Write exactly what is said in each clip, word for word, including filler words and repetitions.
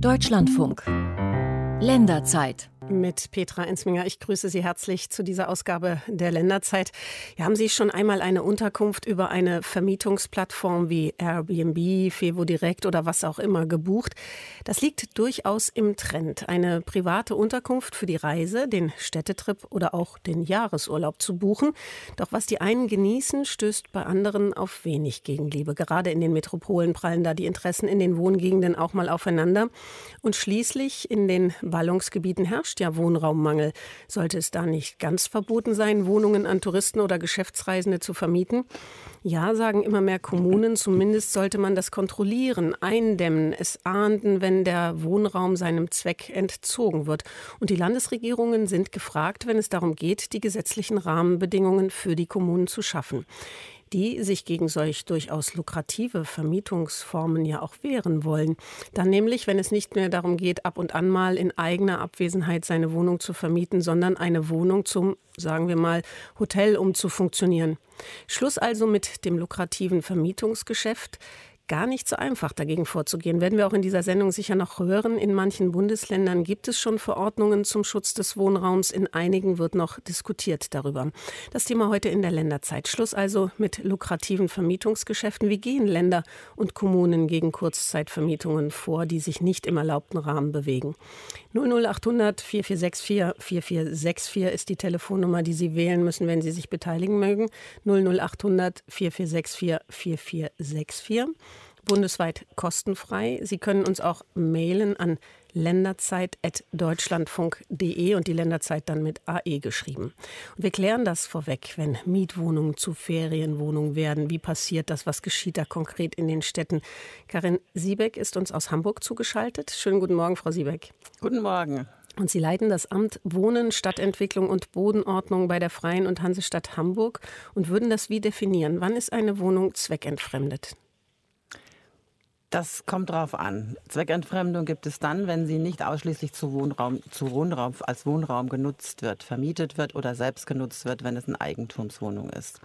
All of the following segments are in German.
Deutschlandfunk. Länderzeit. Mit Petra Ensminger. Ich grüße Sie herzlich zu dieser Ausgabe der Länderzeit. Ja, haben Sie schon einmal eine Unterkunft über eine Vermietungsplattform wie Airbnb, Fevo Direkt oder was auch immer gebucht? Das liegt durchaus im Trend, eine private Unterkunft für die Reise, den Städtetrip oder auch den Jahresurlaub zu buchen. Doch was die einen genießen, stößt bei anderen auf wenig Gegenliebe. Gerade in den Metropolen prallen da die Interessen in den Wohngegenden auch mal aufeinander. Und schließlich in den Ballungsgebieten herrscht ja Wohnraummangel. Sollte es da nicht ganz verboten sein, Wohnungen an Touristen oder Geschäftsreisende zu vermieten? Ja, sagen immer mehr Kommunen. Zumindest sollte man das kontrollieren, eindämmen, es ahnden, wenn der Wohnraum seinem Zweck entzogen wird. Und die Landesregierungen sind gefragt, wenn es darum geht, die gesetzlichen Rahmenbedingungen für die Kommunen zu schaffen, die sich gegen solch durchaus lukrative Vermietungsformen ja auch wehren wollen. Dann nämlich, wenn es nicht mehr darum geht, ab und an mal in eigener Abwesenheit seine Wohnung zu vermieten, sondern eine Wohnung zum, sagen wir mal, Hotel umzufunktionieren. Schluss also mit dem lukrativen Vermietungsgeschäft. Gar nicht so einfach, dagegen vorzugehen. Werden wir auch in dieser Sendung sicher noch hören. In manchen Bundesländern gibt es schon Verordnungen zum Schutz des Wohnraums. In einigen wird noch diskutiert darüber. Das Thema heute in der Länderzeit. Schluss also mit lukrativen Vermietungsgeschäften. Wie gehen Länder und Kommunen gegen Kurzzeitvermietungen vor, die sich nicht im erlaubten Rahmen bewegen? null null acht hundert vier vier sechs vier vier vier sechs vier ist die Telefonnummer, die Sie wählen müssen, wenn Sie sich beteiligen mögen. null null acht hundert vier vier sechs vier vier vier sechs vier. Bundesweit kostenfrei. Sie können uns auch mailen an länderzeit at deutschlandfunk punkt de und die Länderzeit dann mit A E geschrieben. Und wir klären das vorweg, wenn Mietwohnungen zu Ferienwohnungen werden. Wie passiert das? Was geschieht da konkret in den Städten? Karin Siebeck ist uns aus Hamburg zugeschaltet. Schönen guten Morgen, Frau Siebeck. Guten Morgen. Und Sie leiten das Amt Wohnen, Stadtentwicklung und Bodenordnung bei der Freien und Hansestadt Hamburg und würden das wie definieren? Wann ist eine Wohnung zweckentfremdet? Das kommt drauf an. Zweckentfremdung gibt es dann, wenn sie nicht ausschließlich zu Wohnraum, zu Wohnraum, als Wohnraum genutzt wird, vermietet wird oder selbst genutzt wird, wenn es eine Eigentumswohnung ist.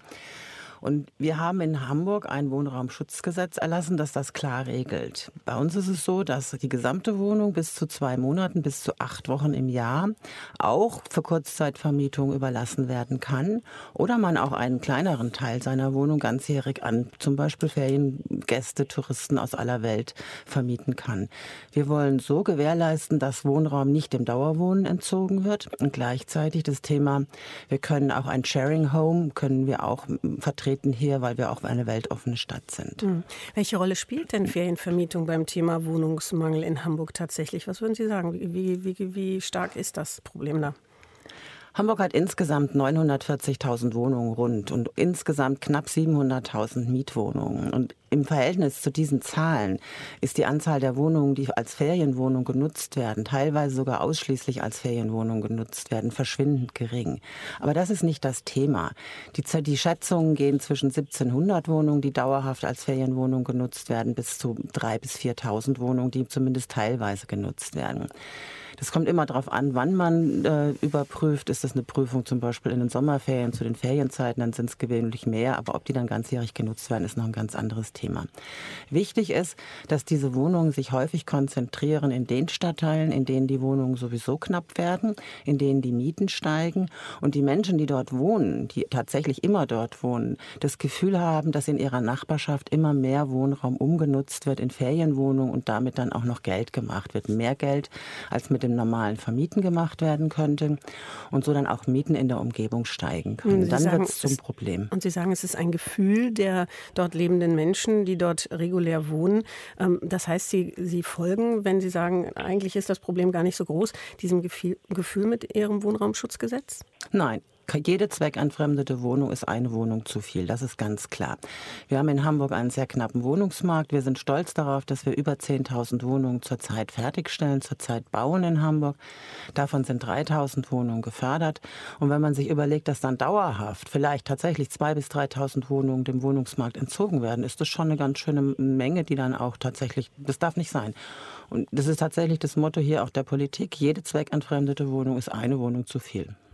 Und wir haben in Hamburg ein Wohnraumschutzgesetz erlassen, das das klar regelt. Bei uns ist es so, dass die gesamte Wohnung bis zu zwei Monaten, bis zu acht Wochen im Jahr auch für Kurzzeitvermietung überlassen werden kann. Oder man auch einen kleineren Teil seiner Wohnung ganzjährig an zum Beispiel Feriengäste, Touristen aus aller Welt vermieten kann. Wir wollen so gewährleisten, dass Wohnraum nicht dem Dauerwohnen entzogen wird. Und gleichzeitig das Thema, wir können auch ein Sharing Home, können wir auch vertreten hier, weil wir auch eine weltoffene Stadt sind. Hm. Welche Rolle spielt denn Ferienvermietung beim Thema Wohnungsmangel in Hamburg tatsächlich? Was würden Sie sagen? Wie, wie, wie stark ist das Problem da? Hamburg hat insgesamt neunhundertvierzigtausend Wohnungen rund und insgesamt knapp siebenhunderttausend Mietwohnungen. Und im Verhältnis zu diesen Zahlen ist die Anzahl der Wohnungen, die als Ferienwohnung genutzt werden, teilweise sogar ausschließlich als Ferienwohnung genutzt werden, verschwindend gering. Aber das ist nicht das Thema. Die, die Schätzungen gehen zwischen siebzehnhundert Wohnungen, die dauerhaft als Ferienwohnung genutzt werden, bis zu dreitausend bis viertausend Wohnungen, die zumindest teilweise genutzt werden. Das kommt immer darauf an, wann man äh, überprüft. Ist das eine Prüfung zum Beispiel in den Sommerferien zu den Ferienzeiten, dann sind es gewöhnlich mehr. Aber ob die dann ganzjährig genutzt werden, ist noch ein ganz anderes Thema. Wichtig ist, dass diese Wohnungen sich häufig konzentrieren in den Stadtteilen, in denen die Wohnungen sowieso knapp werden, in denen die Mieten steigen und die Menschen, die dort wohnen, die tatsächlich immer dort wohnen, das Gefühl haben, dass in ihrer Nachbarschaft immer mehr Wohnraum umgenutzt wird in Ferienwohnungen und damit dann auch noch Geld gemacht wird. Mehr Geld als mit dem normalen Vermieten gemacht werden könnte und so dann auch Mieten in der Umgebung steigen können. Dann wird es zum Problem. Und Sie sagen, es ist ein Gefühl der dort lebenden Menschen, die dort regulär wohnen. Das heißt, Sie, Sie folgen, wenn Sie sagen, eigentlich ist das Problem gar nicht so groß, diesem Gefühl, Gefühl mit Ihrem Wohnraumschutzgesetz? Nein. Jede zweckentfremdete Wohnung ist eine Wohnung zu viel, das ist ganz klar. Wir haben in Hamburg einen sehr knappen Wohnungsmarkt. Wir sind stolz darauf, dass wir über zehntausend Wohnungen zurzeit fertigstellen, zurzeit bauen in Hamburg. Davon sind dreitausend Wohnungen gefördert. Und wenn man sich überlegt, dass dann dauerhaft vielleicht tatsächlich zweitausend bis dreitausend Wohnungen dem Wohnungsmarkt entzogen werden, ist das schon eine ganz schöne Menge, die dann auch tatsächlich, das darf nicht sein. Und das ist tatsächlich das Motto hier auch der Politik, jede zweckentfremdete Wohnung ist eine Wohnung zu viel.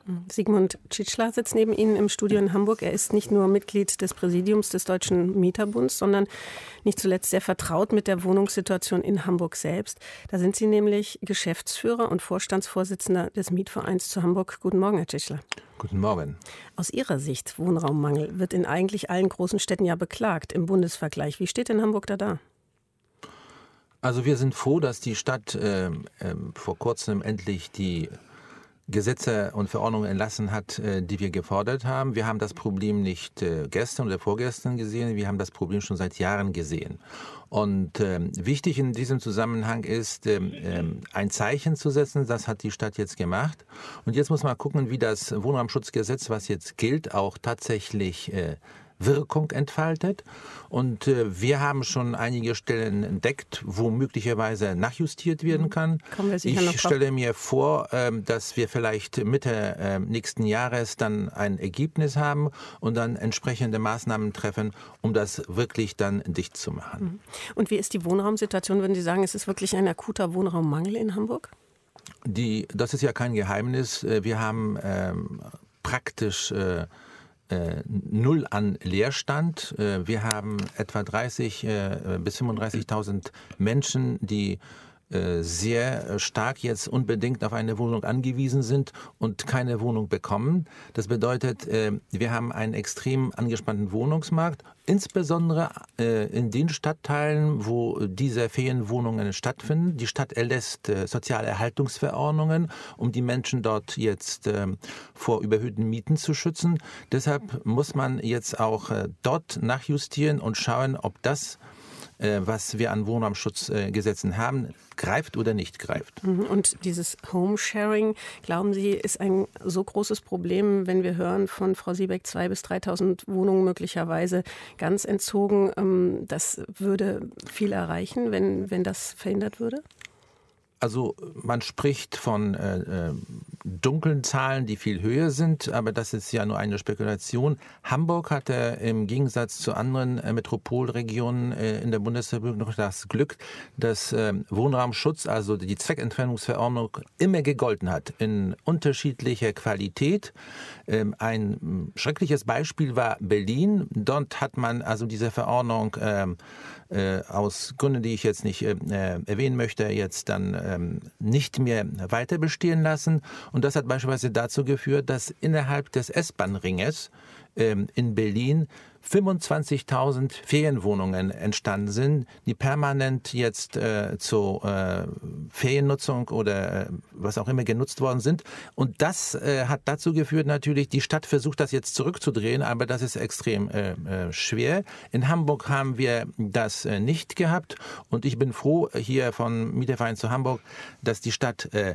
Sigmund Tschitschler sitzt neben Ihnen im Studio in Hamburg. Er ist nicht nur Mitglied des Präsidiums des Deutschen Mieterbunds, sondern nicht zuletzt sehr vertraut mit der Wohnungssituation in Hamburg selbst. Da sind Sie nämlich Geschäftsführer und Vorstandsvorsitzender des Mietvereins zu Hamburg. Guten Morgen, Herr Tschitschler. Guten Morgen. Aus Ihrer Sicht, Wohnraummangel wird in eigentlich allen großen Städten ja beklagt im Bundesvergleich. Wie steht denn Hamburg da da? Also wir sind froh, dass die Stadt äh, äh, vor kurzem endlich die Gesetze und Verordnungen erlassen hat, äh, die wir gefordert haben. Wir haben das Problem nicht äh, gestern oder vorgestern gesehen, wir haben das Problem schon seit Jahren gesehen. Und äh, wichtig in diesem Zusammenhang ist, äh, äh, ein Zeichen zu setzen, das hat die Stadt jetzt gemacht. Und jetzt muss man gucken, wie das Wohnraumschutzgesetz, was jetzt gilt, auch tatsächlich äh, Wirkung entfaltet. Und äh, wir haben schon einige Stellen entdeckt, wo möglicherweise nachjustiert werden kann. Kommen wir sicher noch Ich stelle mir vor, äh, dass wir vielleicht Mitte äh, nächsten Jahres dann ein Ergebnis haben und dann entsprechende Maßnahmen treffen, um das wirklich dann dicht zu machen. Und wie ist die Wohnraumsituation? Würden Sie sagen, es ist wirklich ein akuter Wohnraummangel in Hamburg? Die, das ist ja kein Geheimnis. Wir haben ähm, praktisch äh, Äh, null an Leerstand. Äh, wir haben etwa dreißig äh, bis fünfunddreißigtausend Menschen, die äh, sehr stark jetzt unbedingt auf eine Wohnung angewiesen sind und keine Wohnung bekommen. Das bedeutet, äh, wir haben einen extrem angespannten Wohnungsmarkt, insbesondere äh, in den Stadtteilen, wo diese Ferienwohnungen stattfinden. Die Stadt erlässt äh, Sozialerhaltungsverordnungen, um die Menschen dort jetzt äh, vor überhöhten Mieten zu schützen. Deshalb muss man jetzt auch äh, dort nachjustieren und schauen, ob das, äh, was wir an Wohnraumschutzgesetzen haben, greift oder nicht greift. Und dieses Homesharing, glauben Sie, ist ein so großes Problem, wenn wir hören von Frau Siebeck, zweitausend bis dreitausend Wohnungen möglicherweise ganz entzogen. Das würde viel erreichen, wenn, wenn das verhindert würde? Also man spricht von äh, äh, dunklen Zahlen, die viel höher sind, aber das ist ja nur eine Spekulation. Hamburg hatte im Gegensatz zu anderen äh, Metropolregionen äh, in der Bundesrepublik noch das Glück, dass äh, Wohnraumschutz, also die Zweckentfernungsverordnung, immer gegolten hat in unterschiedlicher Qualität. Ähm, ein schreckliches Beispiel war Berlin. Dort hat man also diese Verordnung äh, äh, aus Gründen, die ich jetzt nicht äh, erwähnen möchte, jetzt dann äh, nicht mehr weiter bestehen lassen. Und das hat beispielsweise dazu geführt, dass innerhalb des S-Bahn-Ringes ähm, in Berlin fünfundzwanzigtausend Ferienwohnungen entstanden sind, die permanent jetzt äh, zur äh, Feriennutzung oder äh, was auch immer genutzt worden sind. Und das äh, hat dazu geführt natürlich, die Stadt versucht das jetzt zurückzudrehen, aber das ist extrem äh, äh, schwer. In Hamburg haben wir das äh, nicht gehabt und ich bin froh hier von Mieterverein zu Hamburg, dass die Stadt äh,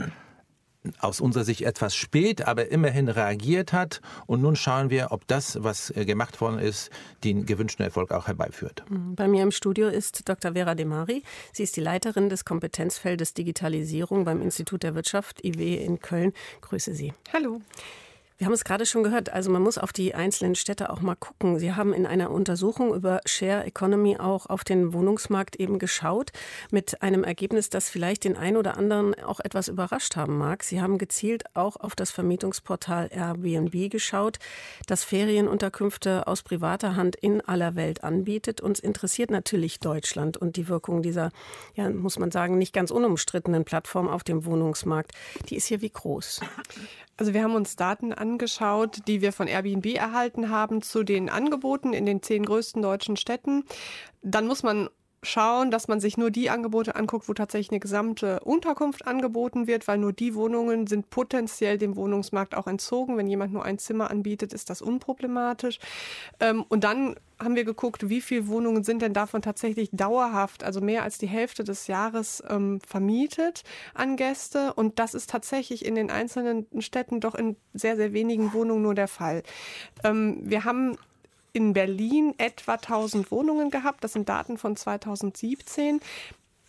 aus unserer Sicht etwas spät, aber immerhin reagiert hat. Und nun schauen wir, ob das, was gemacht worden ist, den gewünschten Erfolg auch herbeiführt. Bei mir im Studio ist Doktor Vera Demari. Sie ist die Leiterin des Kompetenzfeldes Digitalisierung beim Institut der Wirtschaft I W in Köln. Grüße Sie. Hallo. Wir haben es gerade schon gehört, also man muss auf die einzelnen Städte auch mal gucken. Sie haben in einer Untersuchung über Share Economy auch auf den Wohnungsmarkt eben geschaut, mit einem Ergebnis, das vielleicht den einen oder anderen auch etwas überrascht haben mag. Sie haben gezielt auch auf das Vermietungsportal Airbnb geschaut, das Ferienunterkünfte aus privater Hand in aller Welt anbietet. Uns interessiert natürlich Deutschland und die Wirkung dieser, ja, muss man sagen, nicht ganz unumstrittenen Plattform auf dem Wohnungsmarkt. Die ist hier wie groß? Also wir haben uns Daten angeschaut, die wir von Airbnb erhalten haben zu den Angeboten in den zehn größten deutschen Städten. Dann muss man schauen, dass man sich nur die Angebote anguckt, wo tatsächlich eine gesamte Unterkunft angeboten wird, weil nur die Wohnungen sind potenziell dem Wohnungsmarkt auch entzogen. Wenn jemand nur ein Zimmer anbietet, ist das unproblematisch. Und dann haben wir geguckt, wie viele Wohnungen sind denn davon tatsächlich dauerhaft, also mehr als die Hälfte des Jahres ähm, vermietet an Gäste. Und das ist tatsächlich in den einzelnen Städten doch in sehr, sehr wenigen Wohnungen nur der Fall. Ähm, wir haben in Berlin etwa tausend Wohnungen gehabt. Das sind Daten von zweitausendsiebzehn.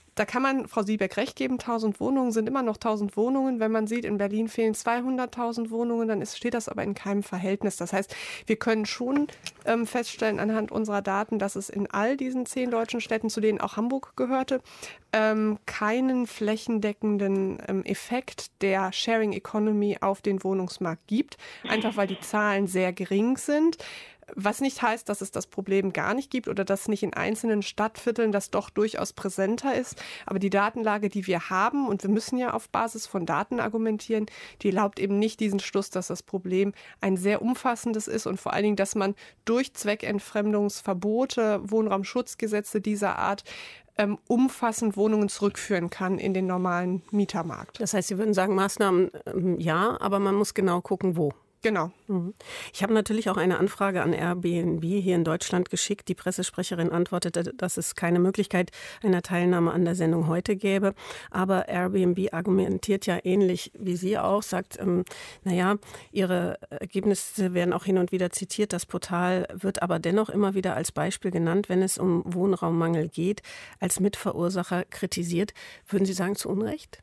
Da kann man Frau Siebeck recht geben, tausend Wohnungen sind immer noch tausend Wohnungen. Wenn man sieht, in Berlin fehlen zweihunderttausend Wohnungen, dann ist, steht das aber in keinem Verhältnis. Das heißt, wir können schon ähm, feststellen anhand unserer Daten, dass es in all diesen zehn deutschen Städten, zu denen auch Hamburg gehörte, ähm, keinen flächendeckenden ähm, Effekt der Sharing Economy auf den Wohnungsmarkt gibt. Einfach weil die Zahlen sehr gering sind. Was nicht heißt, dass es das Problem gar nicht gibt oder dass nicht in einzelnen Stadtvierteln das doch durchaus präsenter ist. Aber die Datenlage, die wir haben, und wir müssen ja auf Basis von Daten argumentieren, die erlaubt eben nicht diesen Schluss, dass das Problem ein sehr umfassendes ist und vor allen Dingen, dass man durch Zweckentfremdungsverbote, Wohnraumschutzgesetze dieser Art ähm, umfassend Wohnungen zurückführen kann in den normalen Mietermarkt. Das heißt, Sie würden sagen, Maßnahmen ähm, ja, aber man muss genau gucken, wo. Genau. Ich habe natürlich auch eine Anfrage an Airbnb hier in Deutschland geschickt. Die Pressesprecherin antwortete, dass es keine Möglichkeit einer Teilnahme an der Sendung heute gäbe. Aber Airbnb argumentiert ja ähnlich wie Sie auch, sagt, ähm, naja, ihre Ergebnisse werden auch hin und wieder zitiert. Das Portal wird aber dennoch immer wieder als Beispiel genannt, wenn es um Wohnraummangel geht, als Mitverursacher kritisiert. Würden Sie sagen, zu Unrecht?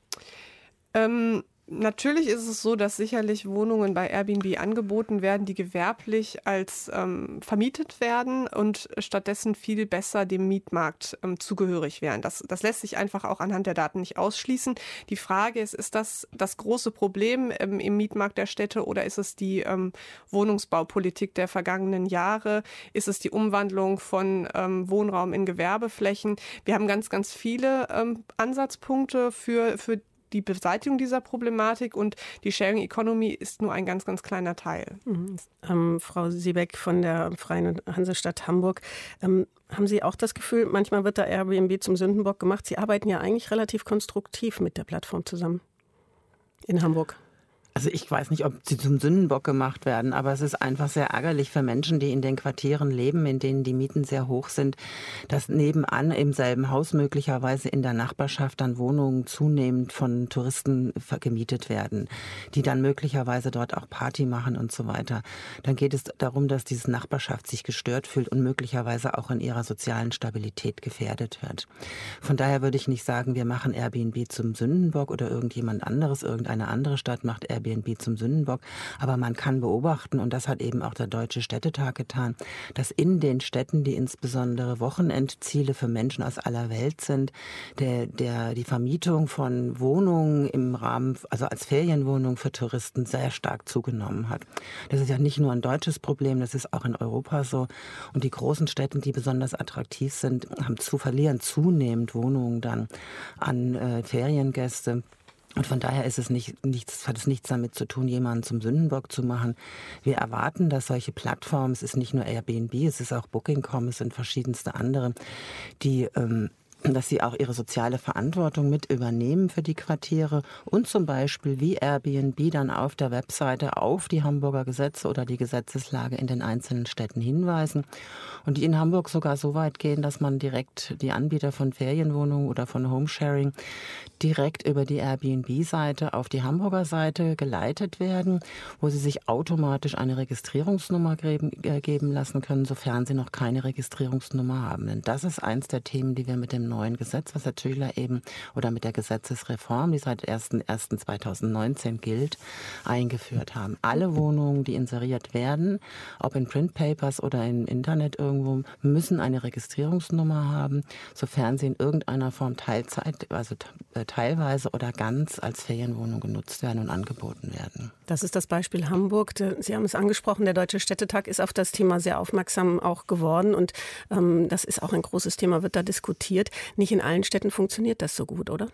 Ähm Natürlich ist es so, dass sicherlich Wohnungen bei Airbnb angeboten werden, die gewerblich als ähm, vermietet werden und stattdessen viel besser dem Mietmarkt ähm, zugehörig wären. Das, das lässt sich einfach auch anhand der Daten nicht ausschließen. Die Frage ist, ist das das große Problem ähm, im Mietmarkt der Städte oder ist es die ähm, Wohnungsbaupolitik der vergangenen Jahre? Ist es die Umwandlung von ähm, Wohnraum in Gewerbeflächen? Wir haben ganz, ganz viele ähm, Ansatzpunkte für, für die Beseitigung dieser Problematik und die Sharing Economy ist nur ein ganz, ganz kleiner Teil. Mhm. Ähm, Frau Siebeck von der Freien Hansestadt Hamburg, ähm, haben Sie auch das Gefühl, manchmal wird da Airbnb zum Sündenbock gemacht? Sie arbeiten ja eigentlich relativ konstruktiv mit der Plattform zusammen in Hamburg. Also ich weiß nicht, ob sie zum Sündenbock gemacht werden, aber es ist einfach sehr ärgerlich für Menschen, die in den Quartieren leben, in denen die Mieten sehr hoch sind, dass nebenan im selben Haus möglicherweise in der Nachbarschaft dann Wohnungen zunehmend von Touristen gemietet werden, die dann möglicherweise dort auch Party machen und so weiter. Dann geht es darum, dass diese Nachbarschaft sich gestört fühlt und möglicherweise auch in ihrer sozialen Stabilität gefährdet wird. Von daher würde ich nicht sagen, wir machen Airbnb zum Sündenbock oder irgendjemand anderes, irgendeine andere Stadt macht Airbnb zum Sündenbock, aber man kann beobachten, und das hat eben auch der Deutsche Städtetag getan, dass in den Städten, die insbesondere Wochenendziele für Menschen aus aller Welt sind, der, der, die Vermietung von Wohnungen im Rahmen, also als Ferienwohnung für Touristen sehr stark zugenommen hat. Das ist ja nicht nur ein deutsches Problem, das ist auch in Europa so. Und die großen Städte, die besonders attraktiv sind, haben zu verlieren zunehmend Wohnungen dann an äh, Feriengäste. Und von daher ist es nicht, nichts, hat es nichts damit zu tun, jemanden zum Sündenbock zu machen. Wir erwarten, dass solche Plattformen, es ist nicht nur Airbnb, es ist auch Booking Punkt com, es sind verschiedenste andere, die ähm, dass sie auch ihre soziale Verantwortung mit übernehmen für die Quartiere und zum Beispiel wie Airbnb dann auf der Webseite auf die Hamburger Gesetze oder die Gesetzeslage in den einzelnen Städten hinweisen und die in Hamburg sogar so weit gehen, dass man direkt die Anbieter von Ferienwohnungen oder von Homesharing direkt über die Airbnb-Seite auf die Hamburger Seite geleitet werden, wo sie sich automatisch eine Registrierungsnummer geben, äh, geben lassen können, sofern sie noch keine Registrierungsnummer haben. Denn das ist eins der Themen, die wir mit dem neuen Gesetz, was Herr Tschüler eben, oder mit der Gesetzesreform, die seit ersten ersten zweitausendneunzehn gilt, eingeführt haben. Alle Wohnungen, die inseriert werden, ob in Printpapers oder im Internet irgendwo, müssen eine Registrierungsnummer haben, sofern sie in irgendeiner Form Teilzeit, also teilweise oder ganz als Ferienwohnung genutzt werden und angeboten werden. Das ist das Beispiel Hamburg. Sie haben es angesprochen, der Deutsche Städtetag ist auf das Thema sehr aufmerksam auch geworden und ähm, das ist auch ein großes Thema, wird da diskutiert. Nicht in allen Städten funktioniert das so gut, oder?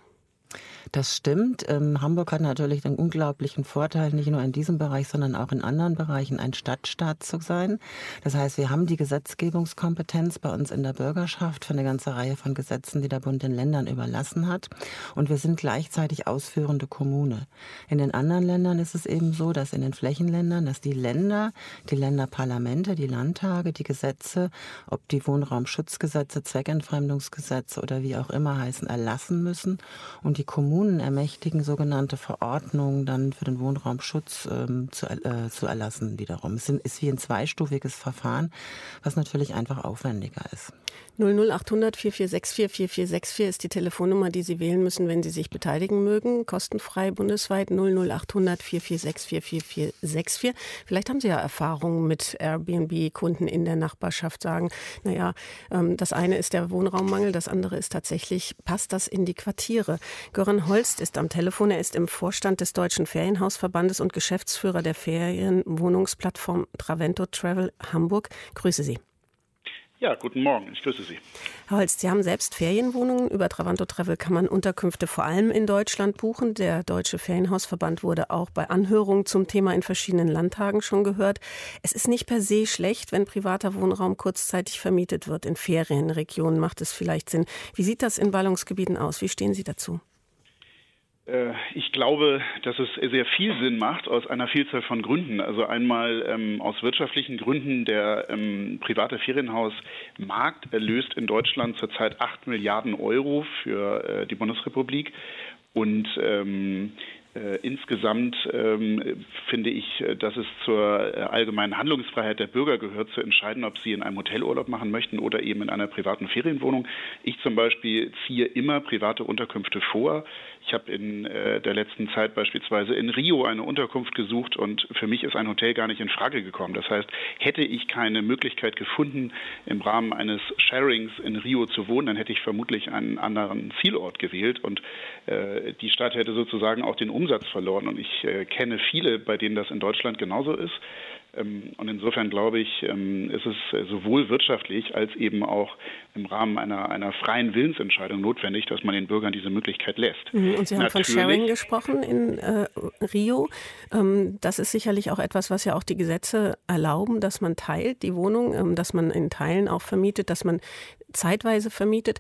Das stimmt. Ähm, Hamburg hat natürlich einen unglaublichen Vorteil, nicht nur in diesem Bereich, sondern auch in anderen Bereichen ein Stadtstaat zu sein. Das heißt, wir haben die Gesetzgebungskompetenz bei uns in der Bürgerschaft für eine ganze Reihe von Gesetzen, die der Bund den Ländern überlassen hat. Und wir sind gleichzeitig ausführende Kommune. In den anderen Ländern ist es eben so, dass in den Flächenländern, dass die Länder, die Länderparlamente, die Landtage, die Gesetze, ob die Wohnraumschutzgesetze, Zweckentfremdungsgesetze oder wie auch immer heißen, erlassen müssen. Und die Kommunen Kommunen ermächtigen, sogenannte Verordnungen dann für den Wohnraumschutz ähm, zu, äh, zu erlassen wiederum. Es ist wie ein zweistufiges Verfahren, was natürlich einfach aufwendiger ist. null null achthundert vier vier sechs vier vier vier sechs vier ist die Telefonnummer, die Sie wählen müssen, wenn Sie sich beteiligen mögen. Kostenfrei bundesweit null null achthundert vier vier sechs vier vier vier sechs vier. Vielleicht haben Sie ja Erfahrungen mit Airbnb-Kunden in der Nachbarschaft, sagen, naja, ähm, das eine ist der Wohnraummangel, das andere ist tatsächlich, passt das in die Quartiere? Göran Holst ist am Telefon, er ist im Vorstand des Deutschen Ferienhausverbandes und Geschäftsführer der Ferienwohnungsplattform Travento Travel Hamburg. Grüße Sie. Ja, guten Morgen, ich grüße Sie. Herr Holst, Sie haben selbst Ferienwohnungen. Über Travento Travel kann man Unterkünfte vor allem in Deutschland buchen. Der Deutsche Ferienhausverband wurde auch bei Anhörungen zum Thema in verschiedenen Landtagen schon gehört. Es ist nicht per se schlecht, wenn privater Wohnraum kurzzeitig vermietet wird. In Ferienregionen macht es vielleicht Sinn. Wie sieht das in Ballungsgebieten aus? Wie stehen Sie dazu? Ich glaube, dass es sehr viel Sinn macht aus einer Vielzahl von Gründen. Also einmal ähm, aus wirtschaftlichen Gründen. Der ähm, private Ferienhausmarkt erlöst in Deutschland zurzeit acht Milliarden Euro für äh, die Bundesrepublik. Und ähm, Äh, insgesamt ähm, finde ich, dass es zur allgemeinen Handlungsfreiheit der Bürger gehört, zu entscheiden, ob sie in einem Hotelurlaub machen möchten oder eben in einer privaten Ferienwohnung. Ich zum Beispiel ziehe immer private Unterkünfte vor. Ich habe in äh, der letzten Zeit beispielsweise in Rio eine Unterkunft gesucht und für mich ist ein Hotel gar nicht in Frage gekommen. Das heißt, hätte ich keine Möglichkeit gefunden, im Rahmen eines Sharings in Rio zu wohnen, dann hätte ich vermutlich einen anderen Zielort gewählt und äh, die Stadt hätte sozusagen auch den Umsatz verloren. Und ich äh, kenne viele, bei denen das in Deutschland genauso ist. Ähm, und insofern glaube ich, ähm, ist es äh, sowohl wirtschaftlich als eben auch im Rahmen einer, einer freien Willensentscheidung notwendig, dass man den Bürgern diese Möglichkeit lässt. Und Sie haben Natürlich, von Sharing gesprochen in äh, Rio. Ähm, das ist sicherlich auch etwas, was ja auch die Gesetze erlauben, dass man teilt die Wohnung, ähm, dass man in Teilen auch vermietet, dass man zeitweise vermietet.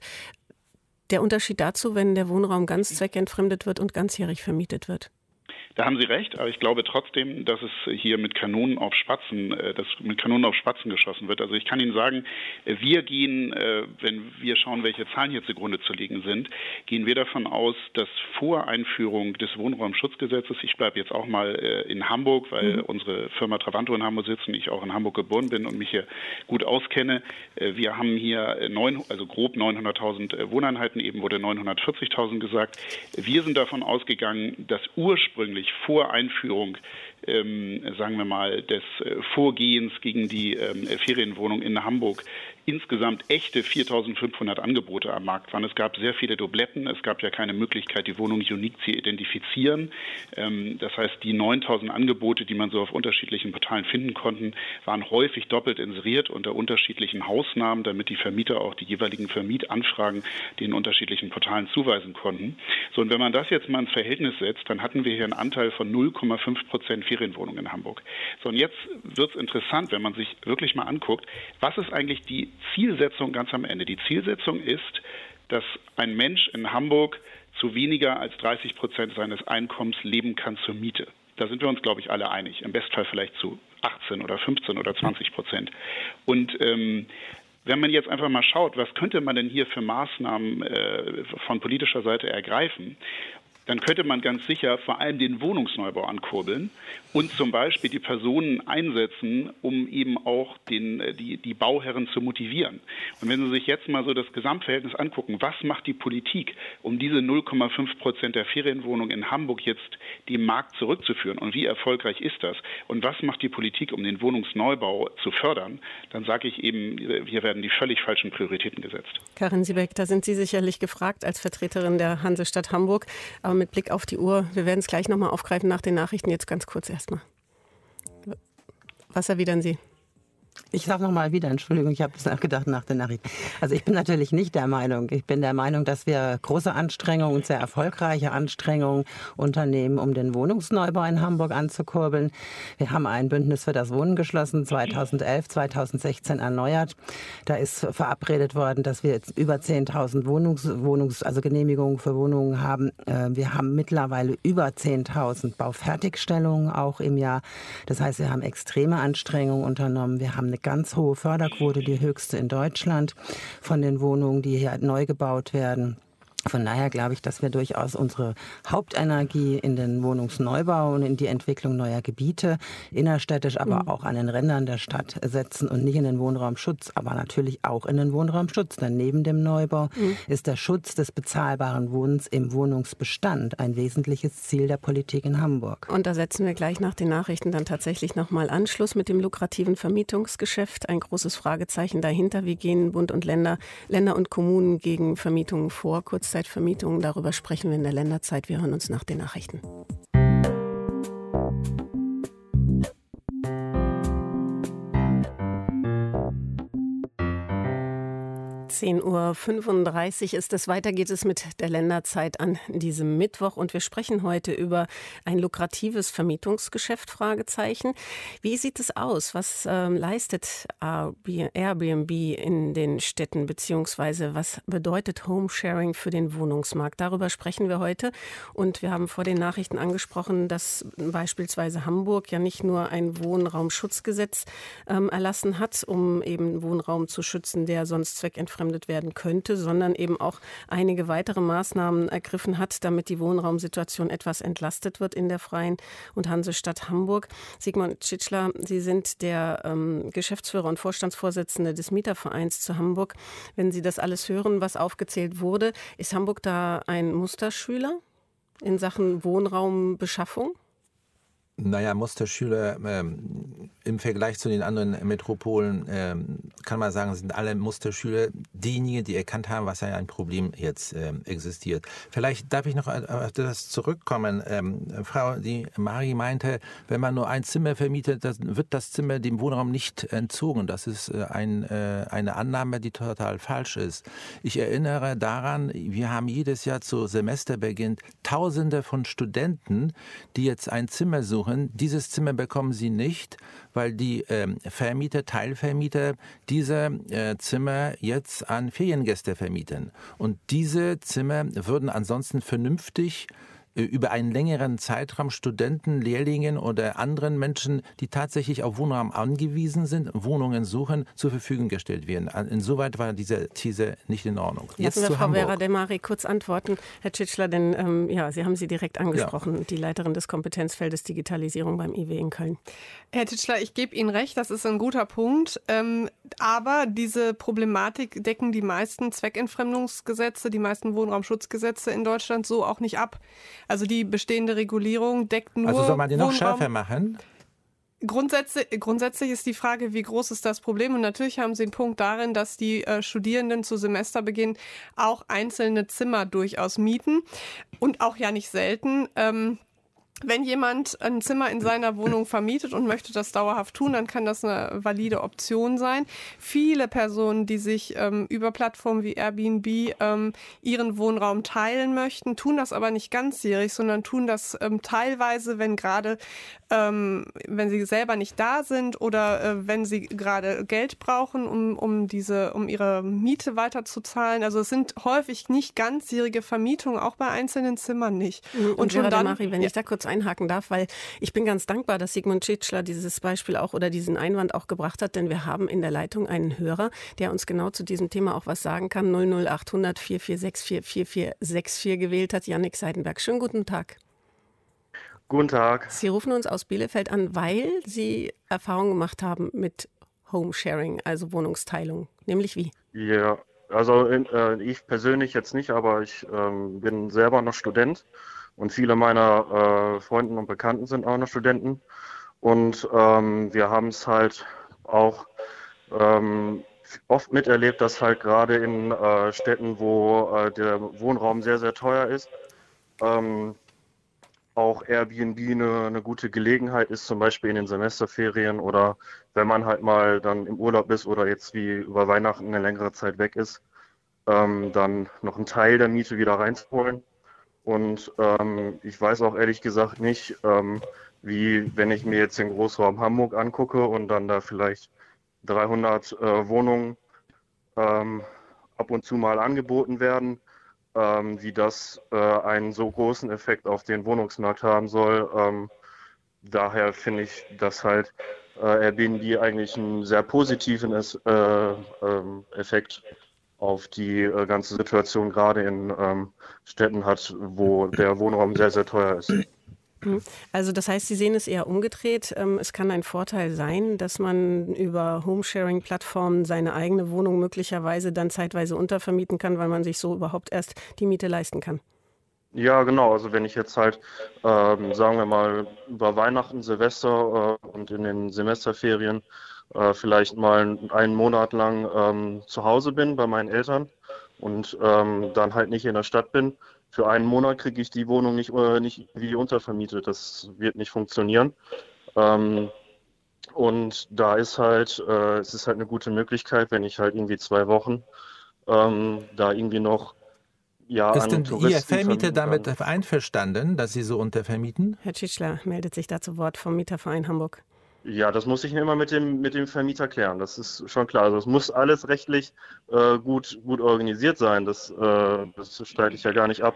Der Unterschied dazu, wenn der Wohnraum ganz zweckentfremdet wird und ganzjährig vermietet wird? Da haben Sie recht, aber ich glaube trotzdem, dass es hier mit Kanonen auf Spatzen, dass mit Kanonen auf Spatzen geschossen wird. Also ich kann Ihnen sagen, wir gehen, wenn wir schauen, welche Zahlen hier zugrunde zu legen sind, gehen wir davon aus, dass vor Einführung des Wohnraumschutzgesetzes, ich bleibe jetzt auch mal in Hamburg, weil mhm. unsere Firma Travento in Hamburg sitzt und ich auch in Hamburg geboren bin und mich hier gut auskenne. Wir haben hier neun, also grob neunhunderttausend Wohneinheiten, eben wurde neunhundertvierzigtausend gesagt. Wir sind davon ausgegangen, dass ursprünglich vor Einführung, ähm, sagen wir mal, des äh, Vorgehens gegen die ähm, Ferienwohnung in Hamburg insgesamt echte viertausendfünfhundert Angebote am Markt waren. Es gab sehr viele Dubletten. Es gab ja keine Möglichkeit, die Wohnung unique zu identifizieren. Ähm, das heißt, die neuntausend Angebote, die man so auf unterschiedlichen Portalen finden konnten, waren häufig doppelt inseriert unter unterschiedlichen Hausnamen, damit die Vermieter auch die jeweiligen Vermietanfragen den unterschiedlichen Portalen zuweisen konnten. So, und wenn man das jetzt mal ins Verhältnis setzt, dann hatten wir hier einen Anteil von null Komma fünf Prozent Ferienwohnungen in Hamburg. So, und jetzt wird es interessant, wenn man sich wirklich mal anguckt, was ist eigentlich die Zielsetzung ganz am Ende? Die Zielsetzung ist, dass ein Mensch in Hamburg zu weniger als dreißig Prozent seines Einkommens leben kann zur Miete. Da sind wir uns, glaube ich, alle einig. Im Bestfall vielleicht zu achtzehn oder fünfzehn oder zwanzig Prozent. Und ähm, wenn man jetzt einfach mal schaut, was könnte man denn hier für Maßnahmen äh, von politischer Seite ergreifen, dann könnte man ganz sicher vor allem den Wohnungsneubau ankurbeln und zum Beispiel die Personen einsetzen, um eben auch den, die, die Bauherren zu motivieren. Und wenn Sie sich jetzt mal so das Gesamtverhältnis angucken, was macht die Politik, um diese null Komma fünf Prozent der Ferienwohnungen in Hamburg jetzt dem Markt zurückzuführen und wie erfolgreich ist das? Und was macht die Politik, um den Wohnungsneubau zu fördern? Dann sage ich eben, hier werden die völlig falschen Prioritäten gesetzt. Karin Siebeck, da sind Sie sicherlich gefragt als Vertreterin der Hansestadt Hamburg. Aber mit Blick auf die Uhr, wir werden es gleich nochmal aufgreifen nach den Nachrichten. Jetzt ganz kurz erstmal. Was erwidern Sie? Ich sage nochmal wieder, Entschuldigung, ich habe nachgedacht nach der Nachricht. Also ich bin natürlich nicht der Meinung. Ich bin der Meinung, dass wir große Anstrengungen und sehr erfolgreiche Anstrengungen unternehmen, um den Wohnungsneubau in Hamburg anzukurbeln. Wir haben ein Bündnis für das Wohnen geschlossen, zweitausendelf, zweitausendsechzehn erneuert. Da ist verabredet worden, dass wir jetzt über zehntausend Wohnungs, Wohnungs, also Genehmigungen für Wohnungen haben. Wir haben mittlerweile über zehntausend Baufertigstellungen auch im Jahr. Das heißt, wir haben extreme Anstrengungen unternommen. Wir haben eine ganz hohe Förderquote, die höchste in Deutschland von den Wohnungen, die hier neu gebaut werden. Von daher glaube ich, dass wir durchaus unsere Hauptenergie in den Wohnungsneubau und in die Entwicklung neuer Gebiete, innerstädtisch, aber mhm. auch an den Rändern der Stadt setzen und nicht in den Wohnraumschutz, aber natürlich auch in den Wohnraumschutz. Denn neben dem Neubau mhm. ist der Schutz des bezahlbaren Wohnens im Wohnungsbestand ein wesentliches Ziel der Politik in Hamburg. Und da setzen wir gleich nach den Nachrichten dann tatsächlich nochmal Anschluss mit dem lukrativen Vermietungsgeschäft. Ein großes Fragezeichen dahinter. Wie gehen Bund und Länder, Länder und Kommunen gegen Vermietungen vor? Kurz Kurzzeitvermietungen. Darüber sprechen wir in der Länderzeit. Wir hören uns nach den Nachrichten. zehn Uhr fünfunddreißig ist es. Weiter geht es mit der Länderzeit an diesem Mittwoch. Und wir sprechen heute über ein lukratives Vermietungsgeschäft, Fragezeichen. Wie sieht es aus? Was äh, leistet Airbnb in den Städten? Beziehungsweise was bedeutet Homesharing für den Wohnungsmarkt? Darüber sprechen wir heute. Und wir haben vor den Nachrichten angesprochen, dass beispielsweise Hamburg ja nicht nur ein Wohnraumschutzgesetz ähm, erlassen hat, um eben Wohnraum zu schützen, der sonst zweckentfremdet werden könnte, sondern eben auch einige weitere Maßnahmen ergriffen hat, damit die Wohnraumsituation etwas entlastet wird in der Freien und Hansestadt Hamburg. Sigmund Tschitschler, Sie sind der ähm, Geschäftsführer und Vorstandsvorsitzende des Mietervereins zu Hamburg. Wenn Sie das alles hören, was aufgezählt wurde, ist Hamburg da ein Musterschüler in Sachen Wohnraumbeschaffung? Naja, Musterschüler ähm, im Vergleich zu den anderen Metropolen ähm, kann man sagen, sind alle Musterschüler diejenigen, die erkannt haben, was ja ein Problem jetzt ähm, existiert. Vielleicht darf ich noch auf das zurückkommen. Ähm, Frau, die Mari meinte, wenn man nur ein Zimmer vermietet, dann wird das Zimmer dem Wohnraum nicht entzogen. Das ist äh, ein, äh, eine Annahme, die total falsch ist. Ich erinnere daran, wir haben jedes Jahr zu Semesterbeginn Tausende von Studenten, die jetzt ein Zimmer suchen. Dieses Zimmer bekommen sie nicht, weil die ähm, Vermieter, Teilvermieter diese äh, Zimmer jetzt an Feriengäste vermieten. Und diese Zimmer würden ansonsten vernünftig über einen längeren Zeitraum Studenten, Lehrlingen oder anderen Menschen, die tatsächlich auf Wohnraum angewiesen sind, Wohnungen suchen, zur Verfügung gestellt werden. Insoweit war diese These nicht in Ordnung. Jetzt Lassen wir zu Frau Hamburg. Vera Demari kurz antworten. Herr Tschitschler, denn ähm, ja, Sie haben sie direkt angesprochen, ja. Die Leiterin des Kompetenzfeldes Digitalisierung beim I W in Köln. Herr Tschitschler, ich gebe Ihnen recht, das ist ein guter Punkt. Ähm, aber diese Problematik decken die meisten Zweckentfremdungsgesetze, die meisten Wohnraumschutzgesetze in Deutschland so auch nicht ab. Also die bestehende Regulierung deckt nur Also soll man die noch Wohnraum. schärfer machen? Grundsätzlich, grundsätzlich ist die Frage, wie groß ist das Problem? Und natürlich haben Sie einen Punkt darin, dass die äh, Studierenden zu Semesterbeginn auch einzelne Zimmer durchaus mieten. Und auch ja nicht selten. Ähm, Wenn jemand ein Zimmer in seiner Wohnung vermietet und möchte das dauerhaft tun, dann kann das eine valide Option sein. Viele Personen, die sich ähm, über Plattformen wie Airbnb ähm, ihren Wohnraum teilen möchten, tun das aber nicht ganzjährig, sondern tun das ähm, teilweise, wenn gerade, ähm, wenn sie selber nicht da sind oder äh, wenn sie gerade Geld brauchen, um, um diese, um ihre Miete weiterzuzahlen. Also es sind häufig nicht ganzjährige Vermietungen, auch bei einzelnen Zimmern nicht. Und, und schon dann, Marie, wenn ja. ich da kurz einhaken darf, weil ich bin ganz dankbar, dass Sigmund Tschitschler dieses Beispiel auch oder diesen Einwand auch gebracht hat, denn wir haben in der Leitung einen Hörer, der uns genau zu diesem Thema auch was sagen kann. null null achthundert vier vier sechs vier vier vier sechs vier gewählt hat, Jannik Seidenberg. Schönen guten Tag. Guten Tag. Sie rufen uns aus Bielefeld an, weil Sie Erfahrungen gemacht haben mit Homesharing, also Wohnungsteilung. Nämlich wie? Ja, also äh, ich persönlich jetzt nicht, aber ich ähm, bin selber noch Student. Und viele meiner äh, Freunden und Bekannten sind auch noch Studenten. Und ähm, wir haben es halt auch ähm, oft miterlebt, dass halt gerade in äh, Städten, wo äh, der Wohnraum sehr, sehr teuer ist, ähm, auch Airbnb eine, eine gute Gelegenheit ist, zum Beispiel in den Semesterferien oder wenn man halt mal dann im Urlaub ist oder jetzt wie über Weihnachten eine längere Zeit weg ist, ähm, dann noch einen Teil der Miete wieder reinzuholen. Und ähm, ich weiß auch ehrlich gesagt nicht, ähm, wie wenn ich mir jetzt den Großraum Hamburg angucke und dann da vielleicht dreihundert äh, Wohnungen ähm, ab und zu mal angeboten werden, ähm, wie das äh, einen so großen Effekt auf den Wohnungsmarkt haben soll. Ähm, daher finde ich, dass halt äh, Airbnb eigentlich einen sehr positiven äh, ähm, Effekt auf die äh, ganze Situation gerade in ähm, Städten hat, wo der Wohnraum sehr, sehr teuer ist. Also das heißt, Sie sehen es eher umgedreht. Es kann ein Vorteil sein, dass man über Homesharing-Plattformen seine eigene Wohnung möglicherweise dann zeitweise untervermieten kann, weil man sich so überhaupt erst die Miete leisten kann. Ja, genau. Also wenn ich jetzt halt, ähm, sagen wir mal, über Weihnachten, Silvester äh, und in den Semesterferien äh, vielleicht mal einen Monat lang ähm, zu Hause bin bei meinen Eltern und ähm, dann halt nicht in der Stadt bin, für einen Monat kriege ich die Wohnung nicht, äh, nicht wie untervermietet. Das wird nicht funktionieren. Ähm, und da ist halt, äh, es ist halt eine gute Möglichkeit, wenn ich halt irgendwie zwei Wochen ähm, da irgendwie noch ja, ist an denn Touristen Ihr Vermieter damit kann. einverstanden, dass Sie so untervermieten? Herr Tschitschler meldet sich da zu Wort vom Mieterverein Hamburg. Ja, das muss ich immer mit dem, mit dem Vermieter klären. Das ist schon klar. Also es muss alles rechtlich äh, gut, gut organisiert sein. Das, äh, das streite ich ja gar nicht ab.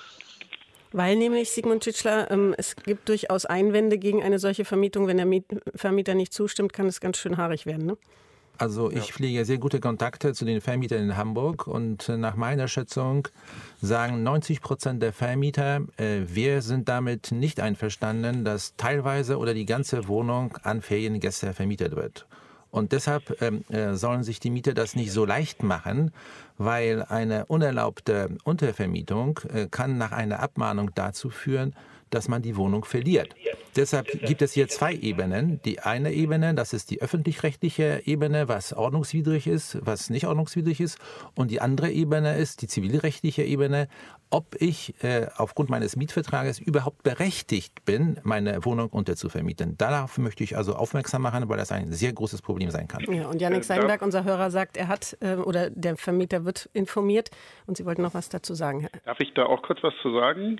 Weil nämlich, Sigmund Tschitschler, ähm, es gibt durchaus Einwände gegen eine solche Vermietung. Wenn der Miet- Vermieter nicht zustimmt, kann es ganz schön haarig werden, ne? Also ich pflege sehr gute Kontakte zu den Vermietern in Hamburg und nach meiner Schätzung sagen neunzig Prozent der Vermieter, äh, wir sind damit nicht einverstanden, dass teilweise oder die ganze Wohnung an Feriengäste vermietet wird. Und deshalb ähm, äh, sollen sich die Mieter das nicht so leicht machen, weil eine unerlaubte Untervermietung äh, kann nach einer Abmahnung dazu führen, dass man die Wohnung verliert. Deshalb gibt es hier zwei Ebenen. Die eine Ebene, das ist die öffentlich-rechtliche Ebene, was ordnungswidrig ist, was nicht ordnungswidrig ist. Und die andere Ebene ist die zivilrechtliche Ebene, ob ich äh, aufgrund meines Mietvertrages überhaupt berechtigt bin, meine Wohnung unterzuvermieten. Darauf möchte ich also aufmerksam machen, weil das ein sehr großes Problem sein kann. Ja, und Jannik Seidenberg, unser Hörer, sagt, er hat äh, oder der Vermieter wird informiert. Und Sie wollten noch was dazu sagen. Darf ich da auch kurz was zu sagen?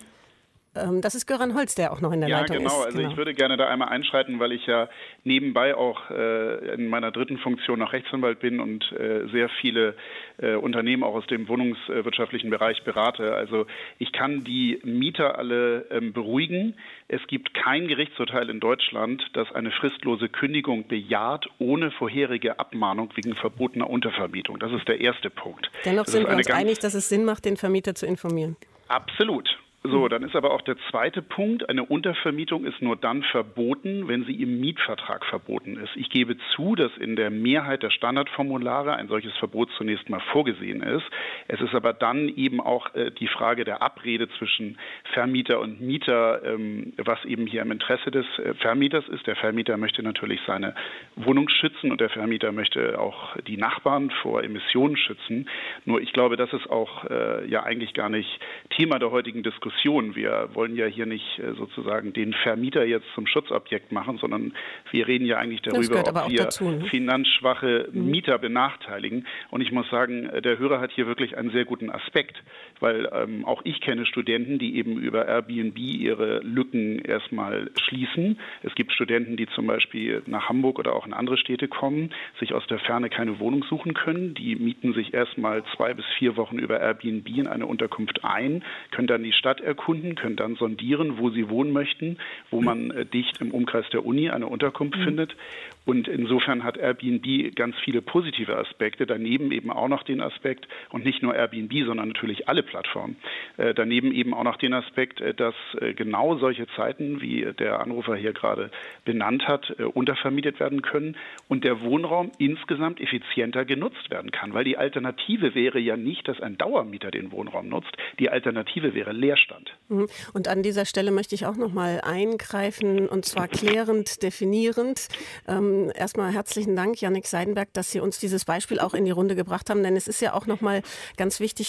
Das ist Göran Holz, der auch noch in der ja, Leitung genau. ist. Also genau. Ich würde gerne da einmal einschreiten, weil ich ja nebenbei auch äh, in meiner dritten Funktion noch Rechtsanwalt bin und äh, sehr viele äh, Unternehmen auch aus dem wohnungswirtschaftlichen Bereich berate. Also ich kann die Mieter alle ähm, beruhigen. Es gibt kein Gerichtsurteil in Deutschland, das eine fristlose Kündigung bejaht, ohne vorherige Abmahnung wegen verbotener Untervermietung. Das ist der erste Punkt. Dennoch das sind wir uns einig, dass es Sinn macht, den Vermieter zu informieren. Absolut. So, dann ist aber auch der zweite Punkt, eine Untervermietung ist nur dann verboten, wenn sie im Mietvertrag verboten ist. Ich gebe zu, dass in der Mehrheit der Standardformulare ein solches Verbot zunächst mal vorgesehen ist. Es ist aber dann eben auch äh, die Frage der Abrede zwischen Vermieter und Mieter, ähm, was eben hier im Interesse des äh, Vermieters ist. Der Vermieter möchte natürlich seine Wohnung schützen und der Vermieter möchte auch die Nachbarn vor Emissionen schützen. Nur ich glaube, das ist auch äh, ja eigentlich gar nicht Thema der heutigen Diskussion. Wir wollen ja hier nicht sozusagen den Vermieter jetzt zum Schutzobjekt machen, sondern wir reden ja eigentlich darüber, ob wir dazu, ne? finanzschwache mhm. Mieter benachteiligen. Und ich muss sagen, der Hörer hat hier wirklich einen sehr guten Aspekt, weil ähm, auch ich kenne Studenten, die eben über Airbnb ihre Lücken erstmal schließen. Es gibt Studenten, die zum Beispiel nach Hamburg oder auch in andere Städte kommen, sich aus der Ferne keine Wohnung suchen können. Die mieten sich erstmal zwei bis vier Wochen über Airbnb in eine Unterkunft ein, können dann die Stadt erkunden, können dann sondieren, wo sie wohnen möchten, wo man äh, dicht im Umkreis der Uni eine Unterkunft mhm. findet. Und insofern hat Airbnb ganz viele positive Aspekte, daneben eben auch noch den Aspekt, und nicht nur Airbnb, sondern natürlich alle Plattformen, äh, daneben eben auch noch den Aspekt, äh, dass äh, genau solche Zeiten, wie der Anrufer hier gerade benannt hat, äh, untervermietet werden können und der Wohnraum insgesamt effizienter genutzt werden kann, weil die Alternative wäre ja nicht, dass ein Dauermieter den Wohnraum nutzt, die Alternative wäre Leerstand. Und an dieser Stelle möchte ich auch noch mal eingreifen, und zwar klärend, definierend. Ähm, erstmal herzlichen Dank, Jannik Seidenberg, dass Sie uns dieses Beispiel auch in die Runde gebracht haben, denn es ist ja auch noch mal ganz wichtig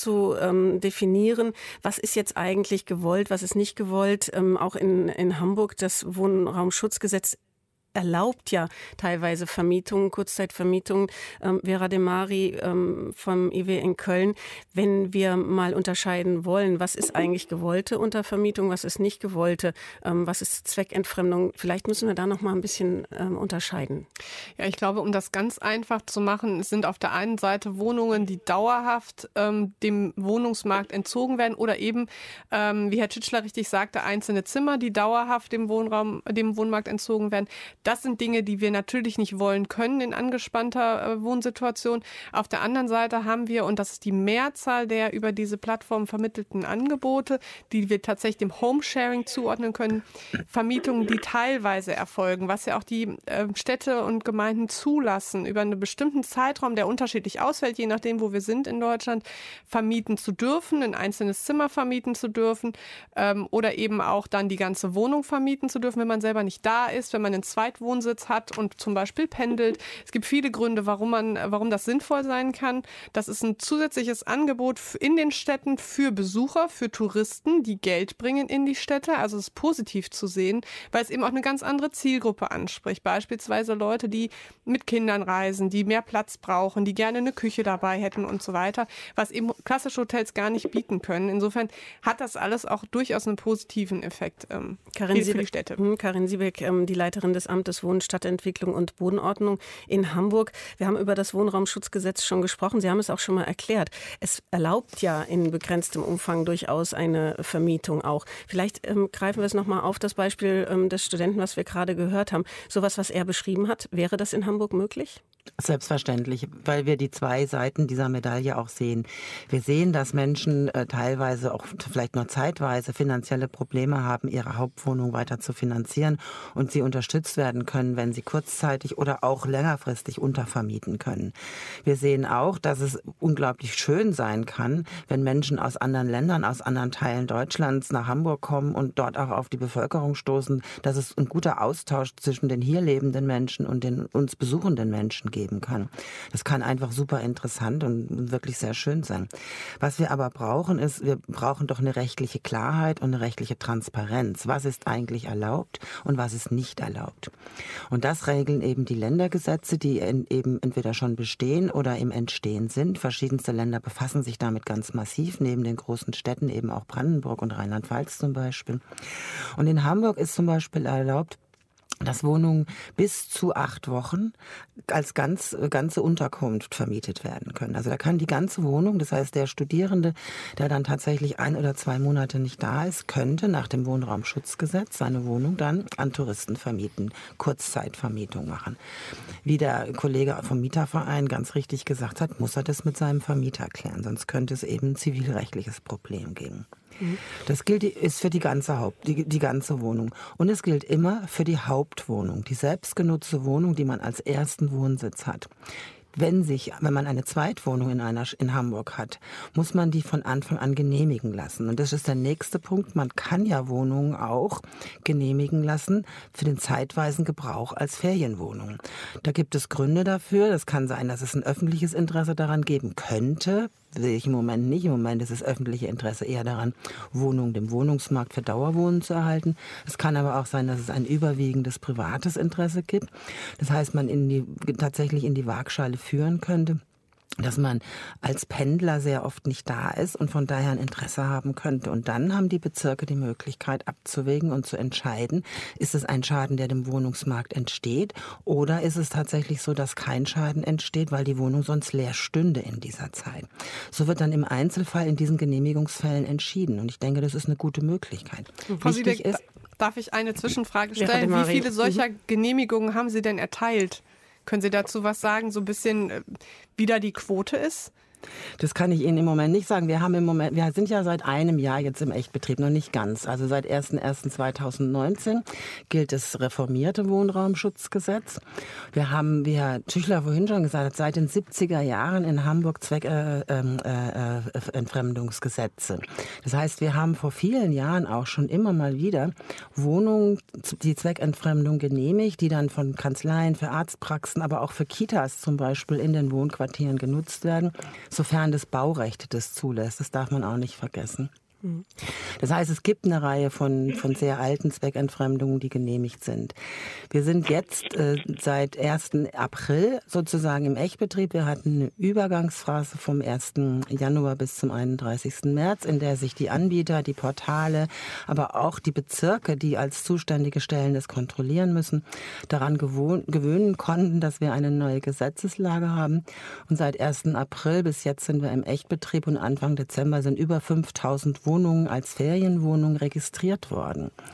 herauszudefinieren, was ist jetzt eigentlich gewollt, was ist nicht gewollt. Ähm, auch in, in Hamburg das Wohnraumschutzgesetz erlaubt ja teilweise Vermietungen, Kurzzeitvermietungen. Ähm, Vera Demari ähm, vom I W in Köln, wenn wir mal unterscheiden wollen, was ist eigentlich gewollte Untervermietung, was ist nicht gewollte, ähm, was ist Zweckentfremdung, vielleicht müssen wir da noch mal ein bisschen ähm, unterscheiden. Ja, ich glaube, um das ganz einfach zu machen, es sind auf der einen Seite Wohnungen, die dauerhaft ähm, dem Wohnungsmarkt entzogen werden oder eben, ähm, wie Herr Tschitschler richtig sagte, einzelne Zimmer, die dauerhaft dem Wohnraum, dem Wohnmarkt entzogen werden. Das sind Dinge, die wir natürlich nicht wollen können in angespannter äh, Wohnsituation. Auf der anderen Seite haben wir, und das ist die Mehrzahl der über diese Plattform vermittelten Angebote, die wir tatsächlich dem Homesharing zuordnen können, Vermietungen, die teilweise erfolgen, was ja auch die äh, Städte und Gemeinden zulassen, über einen bestimmten Zeitraum, der unterschiedlich ausfällt, je nachdem, wo wir sind in Deutschland, vermieten zu dürfen, ein einzelnes Zimmer vermieten zu dürfen ähm, oder eben auch dann die ganze Wohnung vermieten zu dürfen, wenn man selber nicht da ist, wenn man einen Zweitwohnsitz hat und zum Beispiel pendelt. Es gibt viele Gründe, warum man, warum das sinnvoll sein kann. Das ist ein zusätzliches Angebot in den Städten für Besucher, für Touristen, die Geld bringen in die Städte. Also es ist positiv zu sehen, weil es eben auch eine ganz andere Zielgruppe anspricht. Beispielsweise Leute, die mit Kindern reisen, die mehr Platz brauchen, die gerne eine Küche dabei hätten und so weiter, was eben klassische Hotels gar nicht bieten können. Insofern hat das alles auch durchaus einen positiven Effekt ähm, Karin für die Städte. Karin Siebeck, ähm, die Leiterin des Amtes Wohnen, Stadtentwicklung und Bodenordnung in Hamburg. Wir haben über das Wohnraumschutzgesetz schon gesprochen. Sie haben es auch schon mal erklärt. Es erlaubt ja in begrenztem Umfang durchaus eine Vermietung auch. Vielleicht ähm, greifen wir es nochmal auf, das Beispiel ähm, des Studenten, was wir gerade gehört haben. Sowas, was er beschrieben hat, wäre das in Hamburg möglich? Selbstverständlich, weil wir die zwei Seiten dieser Medaille auch sehen. Wir sehen, dass Menschen äh, teilweise auch vielleicht nur zeitweise finanzielle Probleme haben, ihre Hauptwohnung weiter zu finanzieren und sie unterstützt werden können, wenn sie kurzzeitig oder auch längerfristig untervermieten können. Wir sehen auch, dass es unglaublich schön sein kann, wenn Menschen aus anderen Ländern, aus anderen Teilen Deutschlands nach Hamburg kommen und dort auch auf die Bevölkerung stoßen, dass es ein guter Austausch zwischen den hier lebenden Menschen und den uns besuchenden Menschen geben kann. Das kann einfach super interessant und wirklich sehr schön sein. Was wir aber brauchen, ist, wir brauchen doch eine rechtliche Klarheit und eine rechtliche Transparenz. Was ist eigentlich erlaubt und was ist nicht erlaubt? Und das regeln eben die Ländergesetze, die eben entweder schon bestehen oder im Entstehen sind. Verschiedenste Länder befassen sich damit ganz massiv, neben den großen Städten eben auch Brandenburg und Rheinland-Pfalz zum Beispiel. Und in Hamburg ist zum Beispiel erlaubt, dass Wohnungen bis zu acht Wochen als ganz, ganze Unterkunft vermietet werden können. Also da kann die ganze Wohnung, das heißt der Studierende, der dann tatsächlich ein oder zwei Monate nicht da ist, könnte nach dem Wohnraumschutzgesetz seine Wohnung dann an Touristen vermieten, Kurzzeitvermietung machen. Wie der Kollege vom Mieterverein ganz richtig gesagt hat, muss er das mit seinem Vermieter klären, sonst könnte es eben ein zivilrechtliches Problem geben. Das gilt ist für die ganze Haupt, die, die ganze Wohnung. Und es gilt immer für die Hauptwohnung, die selbstgenutzte Wohnung, die man als ersten Wohnsitz hat. Wenn sich, wenn man eine Zweitwohnung in einer in Hamburg hat, muss man die von Anfang an genehmigen lassen. Und das ist der nächste Punkt. Man kann ja Wohnungen auch genehmigen lassen für den zeitweisen Gebrauch als Ferienwohnung. Da gibt es Gründe dafür. Das kann sein, dass es ein öffentliches Interesse daran geben könnte. Sehe ich im Moment nicht. Im Moment ist das öffentliche Interesse eher daran, Wohnungen dem Wohnungsmarkt für Dauerwohnen zu erhalten. Es kann aber auch sein, dass es ein überwiegendes privates Interesse gibt. Das heißt, man in die, tatsächlich in die Waagschale führen könnte, dass man als Pendler sehr oft nicht da ist und von daher ein Interesse haben könnte. Und dann haben die Bezirke die Möglichkeit abzuwägen und zu entscheiden, ist es ein Schaden, der dem Wohnungsmarkt entsteht, oder ist es tatsächlich so, dass kein Schaden entsteht, weil die Wohnung sonst leer stünde in dieser Zeit. So wird dann im Einzelfall in diesen Genehmigungsfällen entschieden. Und ich denke, das ist eine gute Möglichkeit. Frau Siebeck, ist, darf ich eine Zwischenfrage stellen? Wie viele solcher Genehmigungen haben Sie denn erteilt? Können Sie dazu was sagen, so ein bisschen, wie da die Quote ist? Das kann ich Ihnen im Moment nicht sagen. Wir haben im Moment, wir sind ja seit einem Jahr jetzt im Echtbetrieb, noch nicht ganz. Also seit erster erster zweitausendneunzehn gilt das reformierte Wohnraumschutzgesetz. Wir haben, wie Herr Tüchler vorhin schon gesagt hat, seit den siebziger Jahren in Hamburg Zweckentfremdungsgesetze. Äh, äh, das heißt, wir haben vor vielen Jahren auch schon immer mal wieder Wohnungen, die Zweckentfremdung genehmigt, die dann von Kanzleien für Arztpraxen, aber auch für Kitas zum Beispiel in den Wohnquartieren genutzt werden, sofern das Baurecht das zulässt. Das darf man auch nicht vergessen. Das heißt, es gibt eine Reihe von, von sehr alten Zweckentfremdungen, die genehmigt sind. Wir sind jetzt äh, seit ersten April sozusagen im Echtbetrieb. Wir hatten eine Übergangsphase vom ersten Januar bis zum einunddreißigsten März, in der sich die Anbieter, die Portale, aber auch die Bezirke, die als zuständige Stellen das kontrollieren müssen, daran gewohn, gewöhnen konnten, dass wir eine neue Gesetzeslage haben. Und seit ersten April bis jetzt sind wir im Echtbetrieb und Anfang Dezember sind über fünftausend Wohnungen als Ferienwohnungen registriert worden.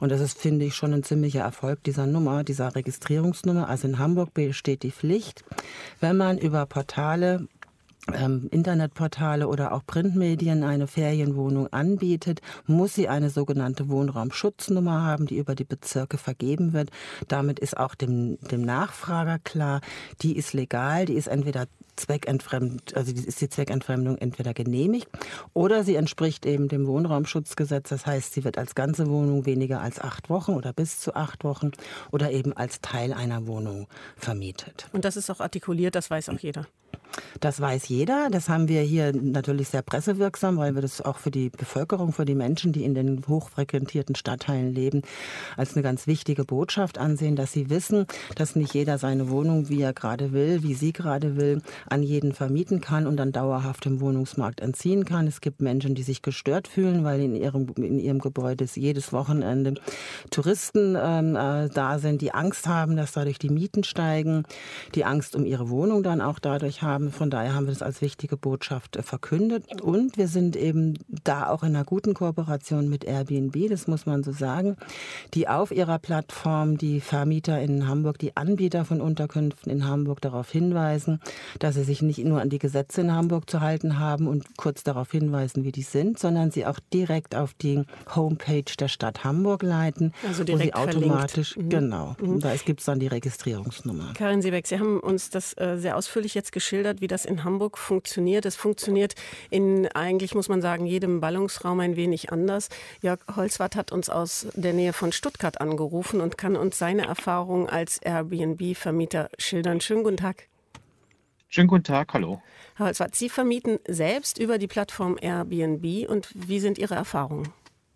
Und das ist, finde ich, schon ein ziemlicher Erfolg dieser Nummer, dieser Registrierungsnummer. Also in Hamburg besteht die Pflicht, wenn man über Portale, Ähm, Internetportale oder auch Printmedien eine Ferienwohnung anbietet, muss sie eine sogenannte Wohnraumschutznummer haben, die über die Bezirke vergeben wird. Damit ist auch dem, dem Nachfrager klar, die ist legal, die ist entweder zweckentfremd, also ist die Zweckentfremdung entweder genehmigt oder sie entspricht eben dem Wohnraumschutzgesetz. Das heißt, sie wird als ganze Wohnung weniger als acht Wochen oder bis zu acht Wochen oder eben als Teil einer Wohnung vermietet. Und das ist auch artikuliert, das weiß auch jeder. Das weiß jeder. Das haben wir hier natürlich sehr pressewirksam, weil wir das auch für die Bevölkerung, für die Menschen, die in den hochfrequentierten Stadtteilen leben, als eine ganz wichtige Botschaft ansehen, dass sie wissen, dass nicht jeder seine Wohnung, wie er gerade will, wie sie gerade will, an jeden vermieten kann und dann dauerhaft dem Wohnungsmarkt entziehen kann. Es gibt Menschen, die sich gestört fühlen, weil in ihrem, in ihrem Gebäude jedes Wochenende Touristen ähm, äh, da sind, die Angst haben, dass dadurch die Mieten steigen, die Angst um ihre Wohnung dann auch dadurch haben. Von daher haben wir das als wichtige Botschaft verkündet. Und wir sind eben da auch in einer guten Kooperation mit Airbnb, das muss man so sagen, die auf ihrer Plattform die Vermieter in Hamburg, die Anbieter von Unterkünften in Hamburg darauf hinweisen, dass sie sich nicht nur an die Gesetze in Hamburg zu halten haben und kurz darauf hinweisen, wie die sind, sondern sie auch direkt auf die Homepage der Stadt Hamburg leiten. Also direkt wo sie automatisch, verlinkt. genau, Mhm. da gibt es dann die Registrierungsnummer. Karin Seebeck, Sie haben uns das äh, sehr ausführlich jetzt geschildert, wie das in Hamburg funktioniert. Es funktioniert in, eigentlich muss man sagen, jedem Ballungsraum ein wenig anders. Jörg Holzwarth hat uns aus der Nähe von Stuttgart angerufen und kann uns seine Erfahrungen als Airbnb-Vermieter schildern. Schönen guten Tag. Schönen guten Tag, hallo. Herr Holzwarth, Sie vermieten selbst über die Plattform Airbnb und wie sind Ihre Erfahrungen?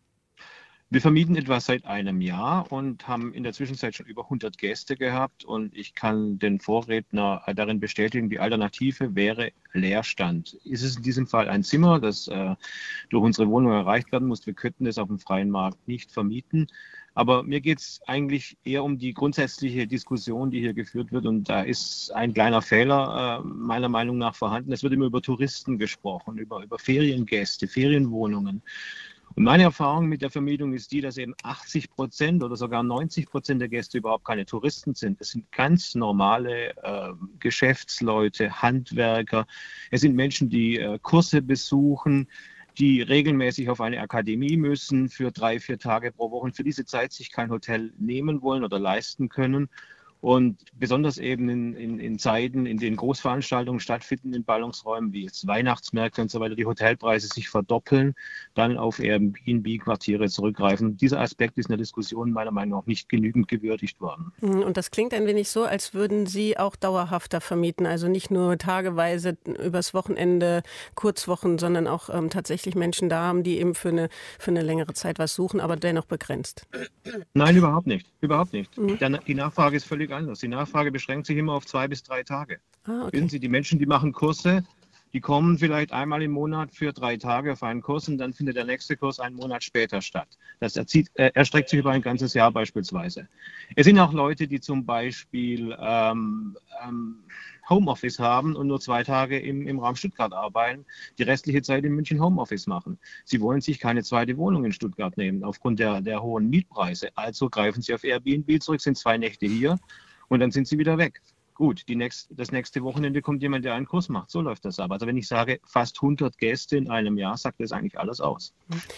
Wir vermieten etwa seit einem Jahr und haben in der Zwischenzeit schon über hundert Gäste gehabt und ich kann den Vorredner darin bestätigen, die Alternative wäre Leerstand. Ist es in diesem Fall ein Zimmer, das äh, durch unsere Wohnung erreicht werden muss? Wir könnten es auf dem freien Markt nicht vermieten. Aber mir geht es eigentlich eher um die grundsätzliche Diskussion, die hier geführt wird. Und da ist ein kleiner Fehler äh, meiner Meinung nach vorhanden. Es wird immer über Touristen gesprochen, über, über Feriengäste, Ferienwohnungen. Und meine Erfahrung mit der Vermietung ist die, dass eben achtzig Prozent oder sogar neunzig Prozent der Gäste überhaupt keine Touristen sind. Es sind ganz normale äh, Geschäftsleute, Handwerker. Es sind Menschen, die äh, Kurse besuchen, die regelmäßig auf eine Akademie müssen, für drei, vier Tage pro Woche und für diese Zeit sich kein Hotel nehmen wollen oder leisten können. Und besonders eben in, in, in Zeiten, in denen Großveranstaltungen stattfinden in Ballungsräumen, wie jetzt Weihnachtsmärkte und so weiter, die Hotelpreise sich verdoppeln, dann auf Airbnb-Quartiere zurückgreifen. Dieser Aspekt ist in der Diskussion meiner Meinung nach nicht genügend gewürdigt worden. Und das klingt ein wenig so, als würden Sie auch dauerhafter vermieten, also nicht nur tageweise übers Wochenende, Kurzwochen, sondern auch ähm, tatsächlich Menschen da haben, die eben für eine, für eine längere Zeit was suchen, aber dennoch begrenzt. Nein, überhaupt nicht. Überhaupt nicht. Mhm. Der, die Nachfrage ist völlig anders. Die Nachfrage beschränkt sich immer auf zwei bis drei Tage. Ah, okay. Wissen Sie, die Menschen, die machen Kurse, die kommen vielleicht einmal im Monat für drei Tage auf einen Kurs und dann findet der nächste Kurs einen Monat später statt. Das erzieht, äh, erstreckt sich über ein ganzes Jahr beispielsweise. Es sind auch Leute, die zum Beispiel ähm, ähm, Homeoffice haben und nur zwei Tage im, im Raum Stuttgart arbeiten, die restliche Zeit in München Homeoffice machen. Sie wollen sich keine zweite Wohnung in Stuttgart nehmen aufgrund der, der hohen Mietpreise. Also greifen sie auf Airbnb zurück, sind zwei Nächte hier und dann sind sie wieder weg. Gut, die nächst, das nächste Wochenende kommt jemand, der einen Kurs macht. So läuft das aber. Also wenn ich sage, fast hundert Gäste in einem Jahr, sagt das eigentlich alles aus.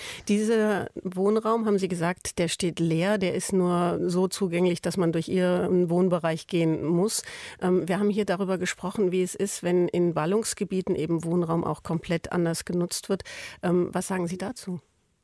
Dieser Wohnraum, haben Sie gesagt, der steht leer. Der ist nur so zugänglich, dass man durch Ihren Wohnbereich gehen muss. Wir haben hier darüber gesprochen, wie es ist, wenn in Ballungsgebieten eben Wohnraum auch komplett anders genutzt wird. Was sagen Sie dazu?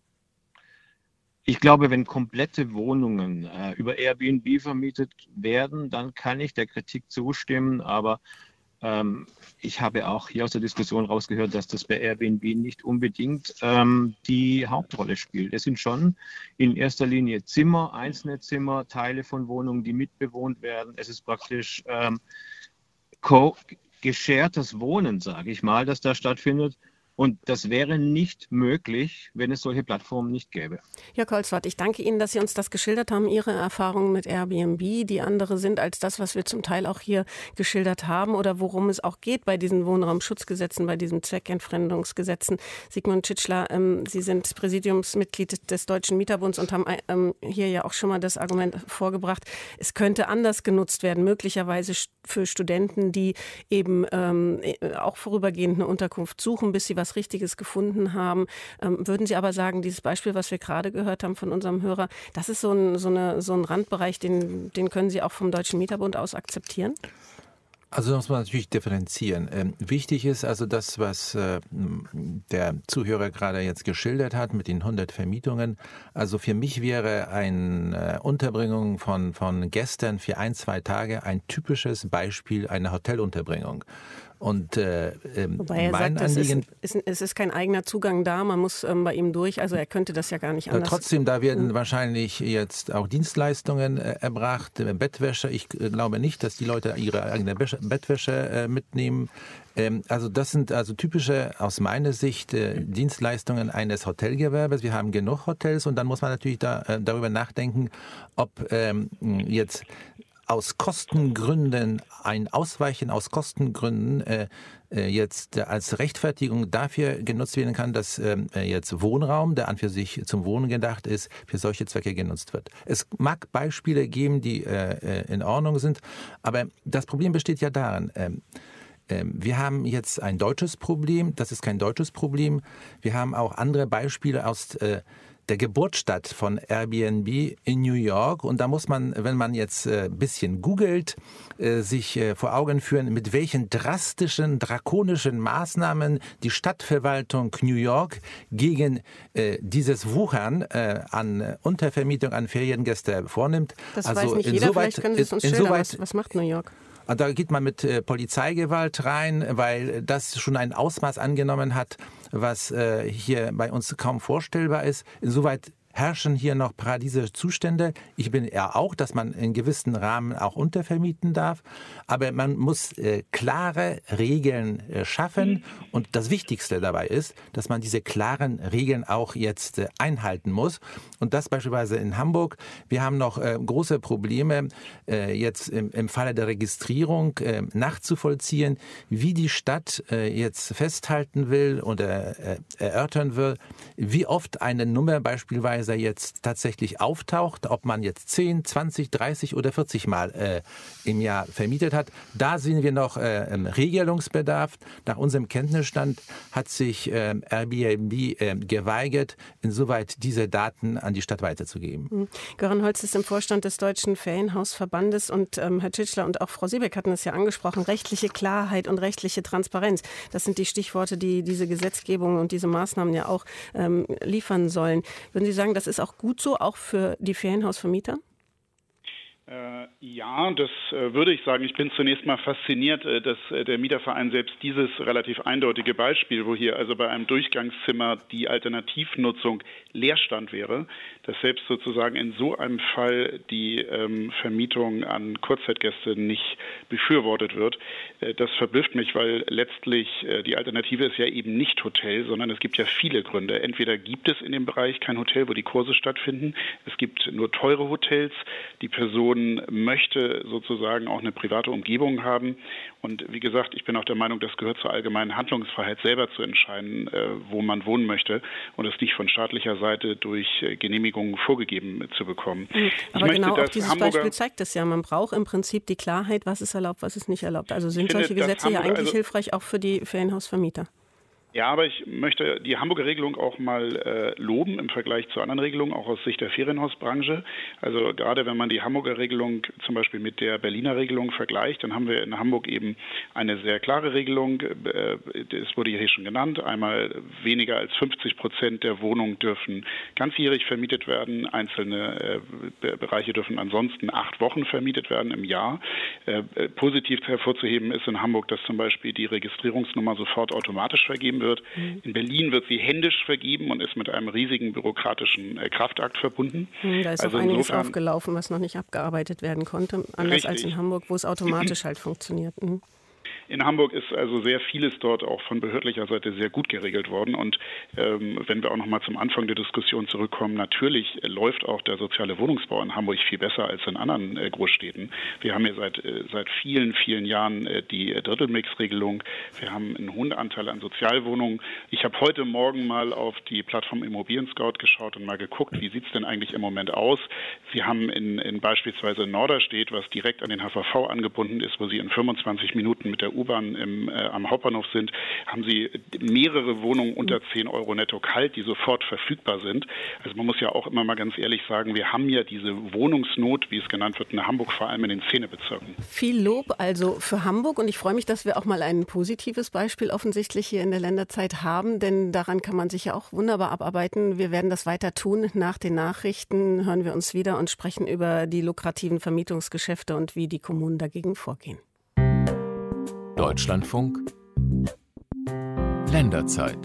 Ich glaube, wenn komplette Wohnungen äh, über Airbnb vermietet werden, dann kann ich der Kritik zustimmen. Aber ähm, ich habe auch hier aus der Diskussion rausgehört, dass das bei Airbnb nicht unbedingt ähm, die Hauptrolle spielt. Es sind schon in erster Linie Zimmer, einzelne Zimmer, Teile von Wohnungen, die mitbewohnt werden. Es ist praktisch ähm, co- geschertes Wohnen, sage ich mal, das da stattfindet. Und das wäre nicht möglich, wenn es solche Plattformen nicht gäbe. Jörg Holzwarth, ich danke Ihnen, dass Sie uns das geschildert haben, Ihre Erfahrungen mit Airbnb, die andere sind als das, was wir zum Teil auch hier geschildert haben oder worum es auch geht bei diesen Wohnraumschutzgesetzen, bei diesen Zweckentfremdungsgesetzen. Sigmund Tschitschler, ähm, Sie sind Präsidiumsmitglied des Deutschen Mieterbunds und haben ähm, hier ja auch schon mal das Argument vorgebracht, es könnte anders genutzt werden, möglicherweise für Studenten, die eben ähm, auch vorübergehend eine Unterkunft suchen, bis sie was Richtiges gefunden haben. Ähm, würden Sie aber sagen, dieses Beispiel, was wir gerade gehört haben von unserem Hörer, das ist so ein, so eine, so ein Randbereich, den, den können Sie auch vom Deutschen Mieterbund aus akzeptieren? Also da muss man natürlich differenzieren. Ähm, wichtig ist also das, was äh, der Zuhörer gerade jetzt geschildert hat mit den hundert Vermietungen. Also für mich wäre eine äh, Unterbringung von, von Gästen für ein, zwei Tage ein typisches Beispiel einer Hotelunterbringung. Und äh, Wobei er mein sagt, Anliegen, es ist, es ist kein eigener Zugang da, man muss ähm, bei ihm durch, also er könnte das ja gar nicht anders. Trotzdem, da werden wahrscheinlich jetzt auch Dienstleistungen äh, erbracht, äh, Bettwäsche. Ich äh, glaube nicht, dass die Leute ihre eigene Wäsche, Bettwäsche äh, mitnehmen. Ähm, also das sind also typische, aus meiner Sicht, äh, Dienstleistungen eines Hotelgewerbes. Wir haben genug Hotels und dann muss man natürlich da, äh, darüber nachdenken, ob ähm, jetzt aus Kostengründen, ein Ausweichen aus Kostengründen äh, jetzt als Rechtfertigung dafür genutzt werden kann, dass äh, jetzt Wohnraum, der an für sich zum Wohnen gedacht ist, für solche Zwecke genutzt wird. Es mag Beispiele geben, die äh, in Ordnung sind, aber das Problem besteht ja darin, äh, wir haben jetzt ein deutsches Problem, das ist kein deutsches Problem. Wir haben auch andere Beispiele aus äh, der Geburtsstadt von Airbnb in New York. Und da muss man, wenn man jetzt ein äh, bisschen googelt, äh, sich äh, vor Augen führen, mit welchen drastischen, drakonischen Maßnahmen die Stadtverwaltung New York gegen äh, dieses Wuchern äh, an Untervermietung an Feriengäste vornimmt. Das also weiß nicht jeder, insoweit, vielleicht können Sie es uns schildern. Was, was macht New York? Da geht man mit äh, Polizeigewalt rein, weil das schon ein Ausmaß angenommen hat, was äh, hier bei uns kaum vorstellbar ist. Insoweit herrschen hier noch paradiesische Zustände. Ich bin eher auch, dass man in gewissen Rahmen auch untervermieten darf. Aber man muss äh, klare Regeln äh, schaffen. Und das Wichtigste dabei ist, dass man diese klaren Regeln auch jetzt äh, einhalten muss. Und das beispielsweise in Hamburg. Wir haben noch äh, große Probleme, äh, jetzt im, im Falle der Registrierung äh, nachzuvollziehen, wie die Stadt äh, jetzt festhalten will oder äh, erörtern will, wie oft eine Nummer beispielsweise jetzt tatsächlich auftaucht, ob man jetzt zehn, zwanzig, dreißig oder vierzig Mal äh, im Jahr vermietet hat. Da sehen wir noch äh, Regelungsbedarf. Nach unserem Kenntnisstand hat sich äh, Airbnb äh, geweigert, insoweit diese Daten an die Stadt weiterzugeben. Mhm. Göran Holz ist im Vorstand des Deutschen Ferienhausverbandes und ähm, Herr Tschitschler und auch Frau Siebeck hatten es ja angesprochen, rechtliche Klarheit und rechtliche Transparenz. Das sind die Stichworte, die diese Gesetzgebung und diese Maßnahmen ja auch ähm, liefern sollen. Würden Sie sagen, das ist auch gut so, auch für die Ferienhausvermieter? Äh, ja, das äh, würde ich sagen. Ich bin zunächst mal fasziniert, äh, dass äh, der Mieterverein selbst dieses relativ eindeutige Beispiel, wo hier also bei einem Durchgangszimmer die Alternativnutzung Leerstand wäre, dass selbst sozusagen in so einem Fall die ähm, Vermietung an Kurzzeitgäste nicht befürwortet wird. Äh, das verblüfft mich, weil letztlich äh, die Alternative ist ja eben nicht Hotel, sondern es gibt ja viele Gründe. Entweder gibt es in dem Bereich kein Hotel, wo die Kurse stattfinden. Es gibt nur teure Hotels. Die Person möchte sozusagen auch eine private Umgebung haben. Und wie gesagt, ich bin auch der Meinung, das gehört zur allgemeinen Handlungsfreiheit, selber zu entscheiden, wo man wohnen möchte und es nicht von staatlicher Seite durch Genehmigungen vorgegeben zu bekommen. Mhm. Aber möchte, genau auch dieses Hamburger Beispiel zeigt es ja. Man braucht im Prinzip die Klarheit, was ist erlaubt, was ist nicht erlaubt. Also sind solche finde, Gesetze ja eigentlich also hilfreich auch für die Ferienhausvermieter? Ja, aber ich möchte die Hamburger Regelung auch mal äh, loben im Vergleich zu anderen Regelungen, auch aus Sicht der Ferienhausbranche. Also gerade wenn man die Hamburger Regelung zum Beispiel mit der Berliner Regelung vergleicht, dann haben wir in Hamburg eben eine sehr klare Regelung. Äh, es wurde hier schon genannt, einmal weniger als fünfzig Prozent der Wohnungen dürfen ganzjährig vermietet werden. Einzelne äh, Bereiche dürfen ansonsten acht Wochen vermietet werden im Jahr. Äh, positiv hervorzuheben ist in Hamburg, dass zum Beispiel die Registrierungsnummer sofort automatisch vergeben wird. Wird. In Berlin wird sie händisch vergeben und ist mit einem riesigen bürokratischen äh, Kraftakt verbunden. Da ist also auch einiges insofern, aufgelaufen, was noch nicht abgearbeitet werden konnte, anders richtig. als in Hamburg, wo es automatisch halt funktioniert. Mhm. In Hamburg ist also sehr vieles dort auch von behördlicher Seite sehr gut geregelt worden. Und ähm, wenn wir auch noch mal zum Anfang der Diskussion zurückkommen, natürlich äh, läuft auch der soziale Wohnungsbau in Hamburg viel besser als in anderen äh, Großstädten. Wir haben ja seit, äh, seit vielen, vielen Jahren äh, die äh, Drittelmix-Regelung. Wir haben einen hohen Anteil an Sozialwohnungen. Ich habe heute Morgen mal auf die Plattform Immobilien Scout geschaut und mal geguckt, wie sieht es denn eigentlich im Moment aus. Sie haben in, in beispielsweise Norderstedt, was direkt an den H V V angebunden ist, wo Sie in fünfundzwanzig Minuten mit der U-Bahn im, äh, am Hauptbahnhof sind, haben Sie mehrere Wohnungen unter zehn Euro netto kalt, die sofort verfügbar sind. Also man muss ja auch immer mal ganz ehrlich sagen, wir haben ja diese Wohnungsnot, wie es genannt wird, in Hamburg, vor allem in den Szenebezirken. Viel Lob also für Hamburg und ich freue mich, dass wir auch mal ein positives Beispiel offensichtlich hier in der Länderzeit haben, denn daran kann man sich ja auch wunderbar abarbeiten. Wir werden das weiter tun. Nach den Nachrichten hören wir uns wieder und sprechen über die lukrativen Vermietungsgeschäfte und wie die Kommunen dagegen vorgehen. Deutschlandfunk Länderzeit.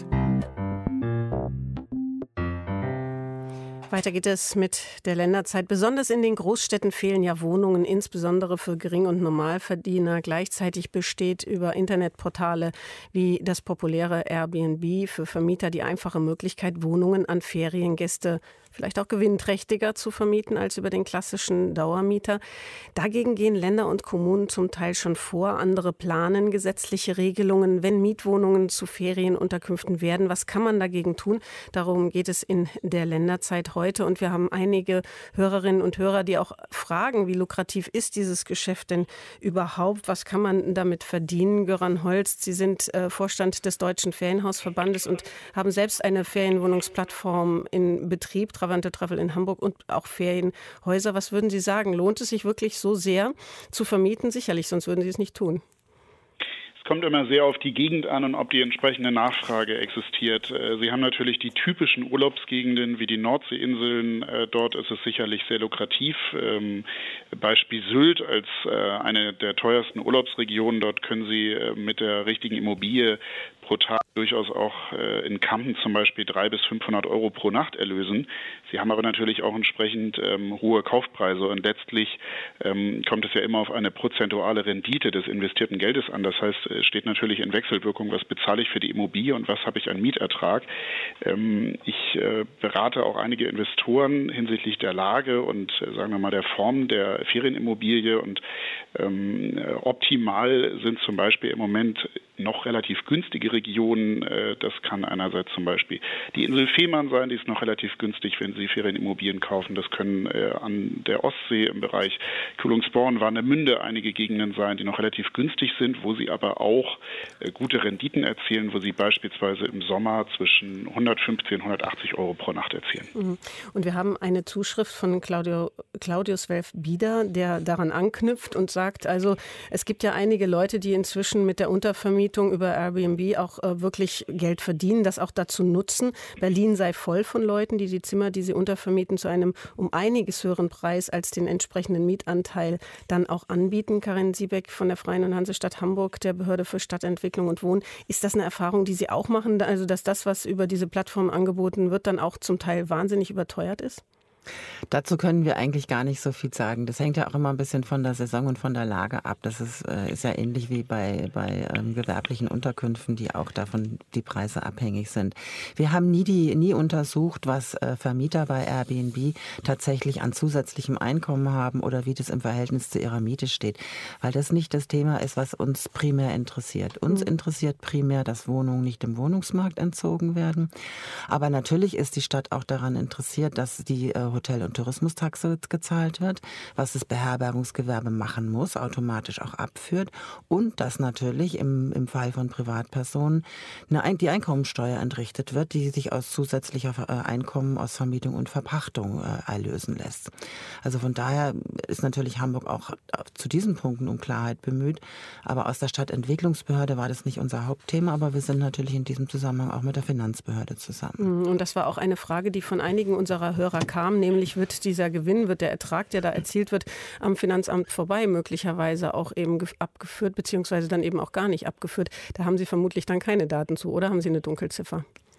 Weiter geht es mit der Länderzeit. Besonders in den Großstädten fehlen ja Wohnungen, insbesondere für Gering- und Normalverdiener. Gleichzeitig besteht über Internetportale wie das populäre Airbnb für Vermieter die einfache Möglichkeit, Wohnungen an Feriengäste vielleicht auch gewinnträchtiger zu vermieten als über den klassischen Dauermieter. Dagegen gehen Länder und Kommunen zum Teil schon vor. Andere planen gesetzliche Regelungen, wenn Mietwohnungen zu Ferienunterkünften werden. Was kann man dagegen tun? Darum geht es in der Länderzeit heute. Und wir haben einige Hörerinnen und Hörer, die auch fragen, wie lukrativ ist dieses Geschäft denn überhaupt? Was kann man damit verdienen? Göran Holst, Sie sind äh, Vorstand des Deutschen Ferienhausverbandes und haben selbst eine Ferienwohnungsplattform in Betrieb, Travante Travel in Hamburg und auch Ferienhäuser. Was würden Sie sagen? Lohnt es sich wirklich so sehr zu vermieten? Sicherlich, sonst würden Sie es nicht tun. Es kommt immer sehr auf die Gegend an und ob die entsprechende Nachfrage existiert. Sie haben natürlich die typischen Urlaubsgegenden wie die Nordseeinseln. Dort ist es sicherlich sehr lukrativ. Beispiel Sylt als eine der teuersten Urlaubsregionen. Dort können Sie mit der richtigen Immobilie pro Tag durchaus auch in Kampen zum Beispiel dreihundert bis fünfhundert Euro pro Nacht erlösen. Sie haben aber natürlich auch entsprechend ähm, hohe Kaufpreise und letztlich ähm, kommt es ja immer auf eine prozentuale Rendite des investierten Geldes an. Das heißt, es steht natürlich in Wechselwirkung, was bezahle ich für die Immobilie und was habe ich an Mietertrag. Ähm, ich äh, berate auch einige Investoren hinsichtlich der Lage und äh, sagen wir mal der Form der Ferienimmobilie und ähm, äh, optimal sind zum Beispiel im Moment noch relativ günstige Regionen. Äh, das kann einerseits zum Beispiel die Insel Fehmarn sein, die ist noch relativ günstig, wenn Sie Ferienimmobilien kaufen. Das können äh, an der Ostsee im Bereich Kühlungsborn, Warnemünde einige Gegenden sein, die noch relativ günstig sind, wo Sie aber auch äh, gute Renditen erzielen, wo Sie beispielsweise im Sommer zwischen hundertfünfzehn und hundertachtzig Euro pro Nacht erzielen. Und wir haben eine Zuschrift von Claudio, Claudius Welf-Bieder, der daran anknüpft und sagt, also es gibt ja einige Leute, die inzwischen mit der Untervermietung über Airbnb auch äh, wirklich Geld verdienen, das auch dazu nutzen. Berlin sei voll von Leuten, die die Zimmer, die sie untervermieten, zu einem um einiges höheren Preis als den entsprechenden Mietanteil dann auch anbieten. Karin Siebeck von der Freien und Hansestadt Hamburg, der Behörde für Stadtentwicklung und Wohnen. Ist das eine Erfahrung, die Sie auch machen, also dass das, was über diese Plattform angeboten wird, dann auch zum Teil wahnsinnig überteuert ist? Dazu können wir eigentlich gar nicht so viel sagen. Das hängt ja auch immer ein bisschen von der Saison und von der Lage ab. Das ist, äh, ist ja ähnlich wie bei, bei ähm, gewerblichen Unterkünften, die auch davon die Preise abhängig sind. Wir haben nie, die, nie untersucht, was äh, Vermieter bei Airbnb tatsächlich an zusätzlichem Einkommen haben oder wie das im Verhältnis zu ihrer Miete steht, weil das nicht das Thema ist, was uns primär interessiert. Uns mhm. interessiert primär, dass Wohnungen nicht dem Wohnungsmarkt entzogen werden. Aber natürlich ist die Stadt auch daran interessiert, dass die äh, Hotel- und Tourismustaxe gezahlt wird, was das Beherbergungsgewerbe machen muss, automatisch auch abführt und dass natürlich im, im Fall von Privatpersonen eine, die Einkommensteuer entrichtet wird, die sich aus zusätzlicher Einkommen aus Vermietung und Verpachtung äh, erlösen lässt. Also von daher ist natürlich Hamburg auch zu diesen Punkten um Klarheit bemüht, aber aus der Stadtentwicklungsbehörde war das nicht unser Hauptthema, aber wir sind natürlich in diesem Zusammenhang auch mit der Finanzbehörde zusammen. Und das war auch eine Frage, die von einigen unserer Hörer kam, nämlich wird dieser Gewinn, wird der Ertrag, der da erzielt wird, am Finanzamt vorbei möglicherweise auch eben abgeführt, beziehungsweise dann eben auch gar nicht abgeführt. Da haben Sie vermutlich dann keine Daten zu, oder haben Sie eine Dunkelziffer?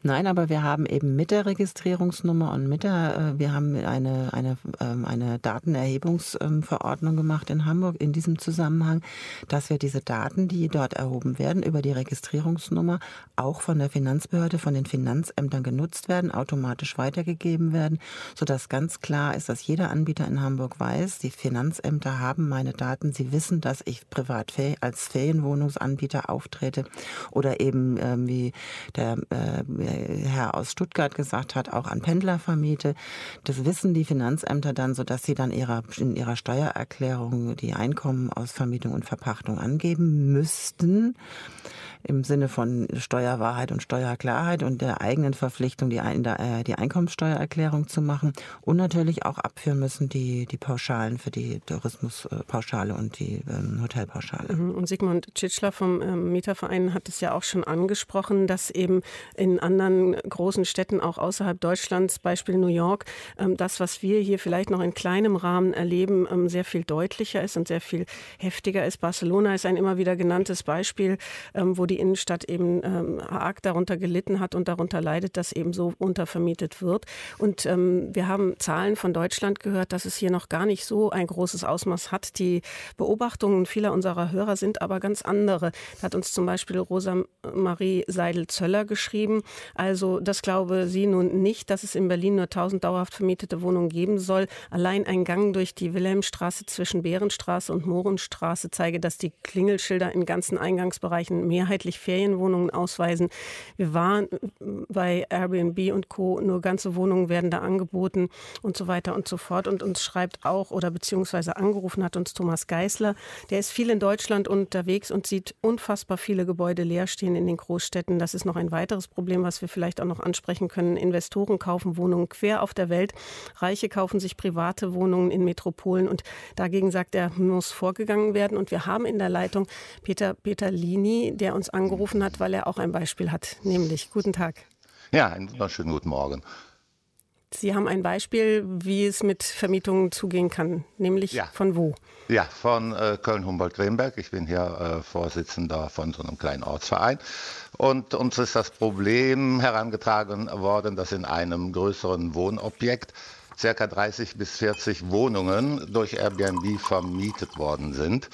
Nein, aber wir haben eben mit der Registrierungsnummer und mit der, äh, wir haben eine, eine, ähm, eine Datenerhebungsverordnung gemacht in Hamburg in diesem Zusammenhang, dass wir diese Daten, die dort erhoben werden über die Registrierungsnummer, auch von der Finanzbehörde, von den Finanzämtern genutzt werden, automatisch weitergegeben werden, sodass ganz klar ist, dass jeder Anbieter in Hamburg weiß, die Finanzämter haben meine Daten, sie wissen, dass ich privat als Ferienwohnungsanbieter auftrete oder eben, ähm, wie der äh, Herr aus Stuttgart gesagt hat, auch an Pendler vermiete. Das wissen die Finanzämter dann, sodass sie dann ihrer, in ihrer Steuererklärung die Einkommen aus Vermietung und Verpachtung angeben müssten. Im Sinne von Steuerwahrheit und Steuerklarheit und der eigenen Verpflichtung, die, Ein- äh, die Einkommenssteuererklärung zu machen. Und natürlich auch abführen müssen die, die Pauschalen für die Tourismuspauschale und die ähm, Hotelpauschale. Und Sigmund Tschitschler vom ähm, Mieterverein hat es ja auch schon angesprochen, dass eben in anderen großen Städten, auch außerhalb Deutschlands, Beispiel New York, ähm, das, was wir hier vielleicht noch in kleinem Rahmen erleben, ähm, sehr viel deutlicher ist und sehr viel heftiger ist. Barcelona ist ein immer wieder genanntes Beispiel, ähm, wo die Innenstadt eben ähm, arg darunter gelitten hat und darunter leidet, dass eben so untervermietet wird. Und ähm, wir haben Zahlen von Deutschland gehört, dass es hier noch gar nicht so ein großes Ausmaß hat. Die Beobachtungen vieler unserer Hörer sind aber ganz andere. Da hat uns zum Beispiel Rosa Marie Seidel-Zöller geschrieben. Also das glaube sie nun nicht, dass es in Berlin nur tausend dauerhaft vermietete Wohnungen geben soll. Allein ein Gang durch die Wilhelmstraße zwischen Bärenstraße und Mohrenstraße zeige, dass die Klingelschilder in ganzen Eingangsbereichen mehrheitlich Ferienwohnungen ausweisen. Wir waren bei Airbnb und Co. Nur ganze Wohnungen werden da angeboten und so weiter und so fort. Und uns schreibt auch oder beziehungsweise angerufen hat uns Thomas Geißler. Der ist viel in Deutschland unterwegs und sieht unfassbar viele Gebäude leer stehen in den Großstädten. Das ist noch ein weiteres Problem, was wir vielleicht auch noch ansprechen können. Investoren kaufen Wohnungen quer auf der Welt. Reiche kaufen sich private Wohnungen in Metropolen. Und dagegen, sagt er, muss vorgegangen werden. Und wir haben in der Leitung Peter Peterlini, der uns angerufen hat, weil er auch ein Beispiel hat, nämlich guten Tag. Ja, einen wunderschönen guten Morgen. Sie haben ein Beispiel, wie es mit Vermietungen zugehen kann, nämlich ja. Von wo? Ja, von äh, Köln-Humboldt-Gremberg. Ich bin hier äh, Vorsitzender von so einem kleinen Ortsverein. Und uns ist das Problem herangetragen worden, dass in einem größeren Wohnobjekt ca. dreißig bis vierzig Wohnungen durch Airbnb vermietet worden sind.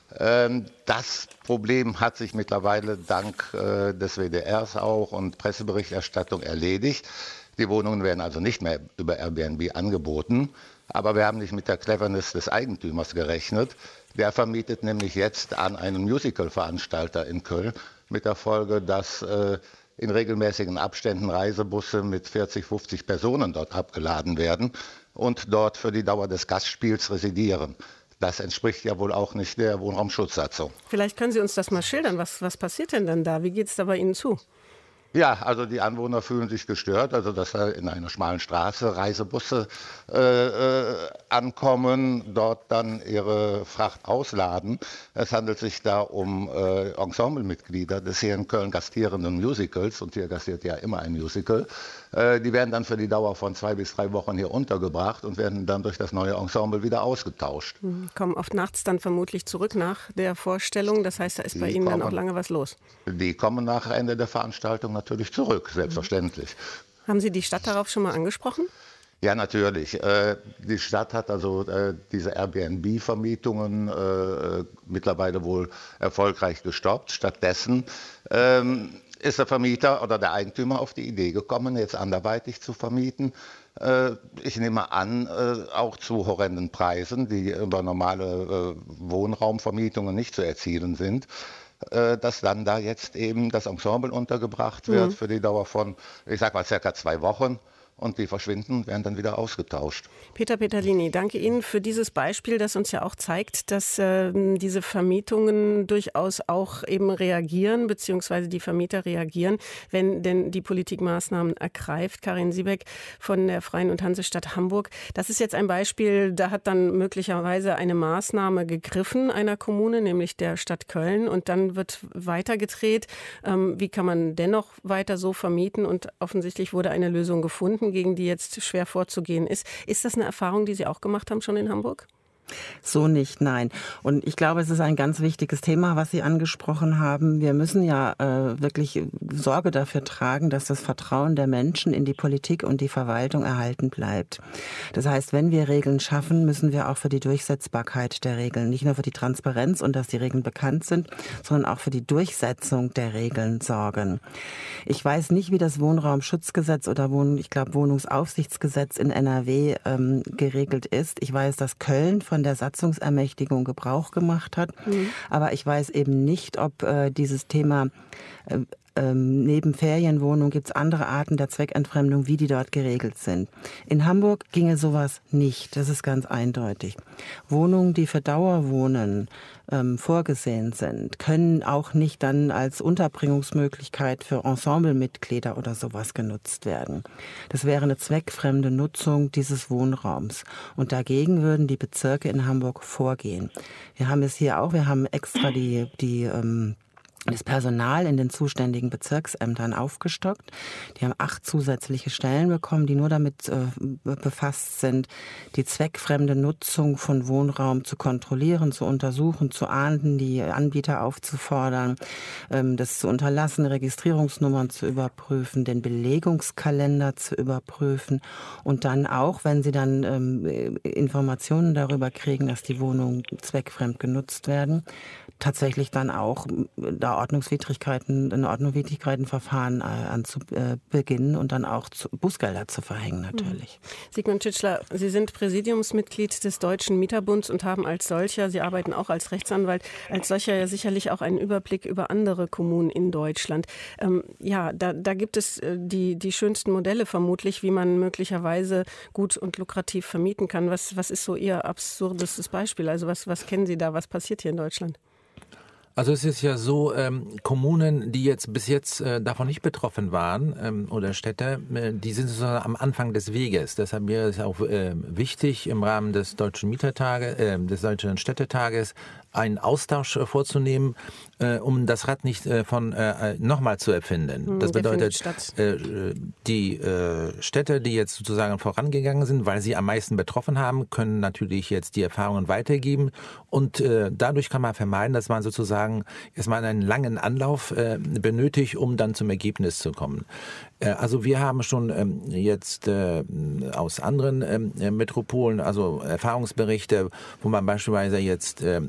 Das Problem hat sich mittlerweile dank des W D Rs auch und Presseberichterstattung erledigt. Die Wohnungen werden also nicht mehr über Airbnb angeboten. Aber wir haben nicht mit der Cleverness des Eigentümers gerechnet. Der vermietet nämlich jetzt an einen Musical-Veranstalter in Köln mit der Folge, dass in regelmäßigen Abständen Reisebusse mit vierzig, fünfzig Personen dort abgeladen werden und dort für die Dauer des Gastspiels residieren. Das entspricht ja wohl auch nicht der Wohnraumschutzsatzung. Vielleicht können Sie uns das mal schildern. Was, was passiert denn dann da? Wie geht es da bei Ihnen zu? Ja, also die Anwohner fühlen sich gestört, also dass da in einer schmalen Straße Reisebusse äh, äh, ankommen, dort dann ihre Fracht ausladen. Es handelt sich da um äh, Ensemblemitglieder des hier in Köln gastierenden Musicals, und hier gastiert ja immer ein Musical. Äh, die werden dann für die Dauer von zwei bis drei Wochen hier untergebracht und werden dann durch das neue Ensemble wieder ausgetauscht. Mhm. Kommen oft nachts dann vermutlich zurück nach der Vorstellung, das heißt, da ist bei die Ihnen kommen, dann auch lange was los? Die kommen nach Ende der Veranstaltung natürlich zurück, selbstverständlich. Haben Sie die Stadt darauf schon mal angesprochen? Ja, natürlich. Die Stadt hat also diese Airbnb-Vermietungen mittlerweile wohl erfolgreich gestoppt. Stattdessen ist der Vermieter oder der Eigentümer auf die Idee gekommen, jetzt anderweitig zu vermieten. Ich nehme an, auch zu horrenden Preisen, die über normale Wohnraumvermietungen nicht zu erzielen sind, dass dann da jetzt eben das Ensemble untergebracht wird mhm. für die Dauer von, ich sag mal, circa zwei Wochen. Und die verschwinden, werden dann wieder ausgetauscht. Peter Peterlini, danke Ihnen für dieses Beispiel, das uns ja auch zeigt, dass äh, diese Vermietungen durchaus auch eben reagieren, beziehungsweise die Vermieter reagieren, wenn denn die Politik Maßnahmen ergreift. Karin Siebeck von der Freien und Hansestadt Hamburg. Das ist jetzt ein Beispiel, da hat dann möglicherweise eine Maßnahme gegriffen einer Kommune, nämlich der Stadt Köln. Und dann wird weitergedreht. Ähm, wie kann man dennoch weiter so vermieten? Und offensichtlich wurde eine Lösung gefunden, gegen die jetzt schwer vorzugehen ist. Ist das eine Erfahrung, die Sie auch gemacht haben schon in Hamburg? So nicht, nein. Und ich glaube, es ist ein ganz wichtiges Thema, was Sie angesprochen haben. Wir müssen ja äh, wirklich Sorge dafür tragen, dass das Vertrauen der Menschen in die Politik und die Verwaltung erhalten bleibt. Das heißt, wenn wir Regeln schaffen, müssen wir auch für die Durchsetzbarkeit der Regeln, nicht nur für die Transparenz und dass die Regeln bekannt sind, sondern auch für die Durchsetzung der Regeln sorgen. Ich weiß nicht, wie das Wohnraumschutzgesetz oder Wohn, ich glaube Wohnungsaufsichtsgesetz in N R W ähm, geregelt ist. Ich weiß, dass Köln von der Satzungsermächtigung Gebrauch gemacht hat. Mhm. Aber ich weiß eben nicht, ob äh, dieses Thema äh, ähm, neben Ferienwohnungen gibt es andere Arten der Zweckentfremdung, wie die dort geregelt sind. In Hamburg ginge sowas nicht, das ist ganz eindeutig. Wohnungen, die für Dauerwohnen ähm, vorgesehen sind, können auch nicht dann als Unterbringungsmöglichkeit für Ensemblemitglieder oder sowas genutzt werden. Das wäre eine zweckfremde Nutzung dieses Wohnraums. Und dagegen würden die Bezirke in Hamburg vorgehen. Wir haben es hier auch, wir haben extra die, die ähm, das Personal in den zuständigen Bezirksämtern aufgestockt. Die haben acht zusätzliche Stellen bekommen, die nur damit äh, befasst sind, die zweckfremde Nutzung von Wohnraum zu kontrollieren, zu untersuchen, zu ahnden, die Anbieter aufzufordern, ähm, das zu unterlassen, Registrierungsnummern zu überprüfen, den Belegungskalender zu überprüfen und dann auch, wenn sie dann ähm, Informationen darüber kriegen, dass die Wohnungen zweckfremd genutzt werden, tatsächlich dann auch da Ordnungswidrigkeiten, ein Ordnungswidrigkeitenverfahren äh, anzubeginnen und dann auch zu, Bußgelder zu verhängen natürlich. Sigmund Tschitschler, Sie sind Präsidiumsmitglied des Deutschen Mieterbunds und haben als solcher, Sie arbeiten auch als Rechtsanwalt, als solcher ja sicherlich auch einen Überblick über andere Kommunen in Deutschland. Ähm, ja, da, da gibt es äh, die, die schönsten Modelle vermutlich, wie man möglicherweise gut und lukrativ vermieten kann. Was, was ist so Ihr absurdestes Beispiel? Also was, was kennen Sie da? Was passiert hier in Deutschland? Also es ist ja so, ähm, Kommunen, die jetzt bis jetzt äh, davon nicht betroffen waren ähm, oder Städte, äh, die sind sozusagen am Anfang des Weges. Deshalb wäre es auch äh, wichtig, im Rahmen des Deutschen Mietertages, äh, des Deutschen Städtetages einen Austausch äh, vorzunehmen, äh, um das Rad nicht äh, von äh, nochmal zu erfinden. Hm, das bedeutet, äh, die äh, Städte, die jetzt sozusagen vorangegangen sind, weil sie am meisten betroffen haben, können natürlich jetzt die Erfahrungen weitergeben und äh, dadurch kann man vermeiden, dass man sozusagen erstmal einen langen Anlauf äh, benötigt, um dann zum Ergebnis zu kommen. Äh, also wir haben schon ähm, jetzt äh, aus anderen äh, Metropolen, also Erfahrungsberichte, wo man beispielsweise jetzt, äh,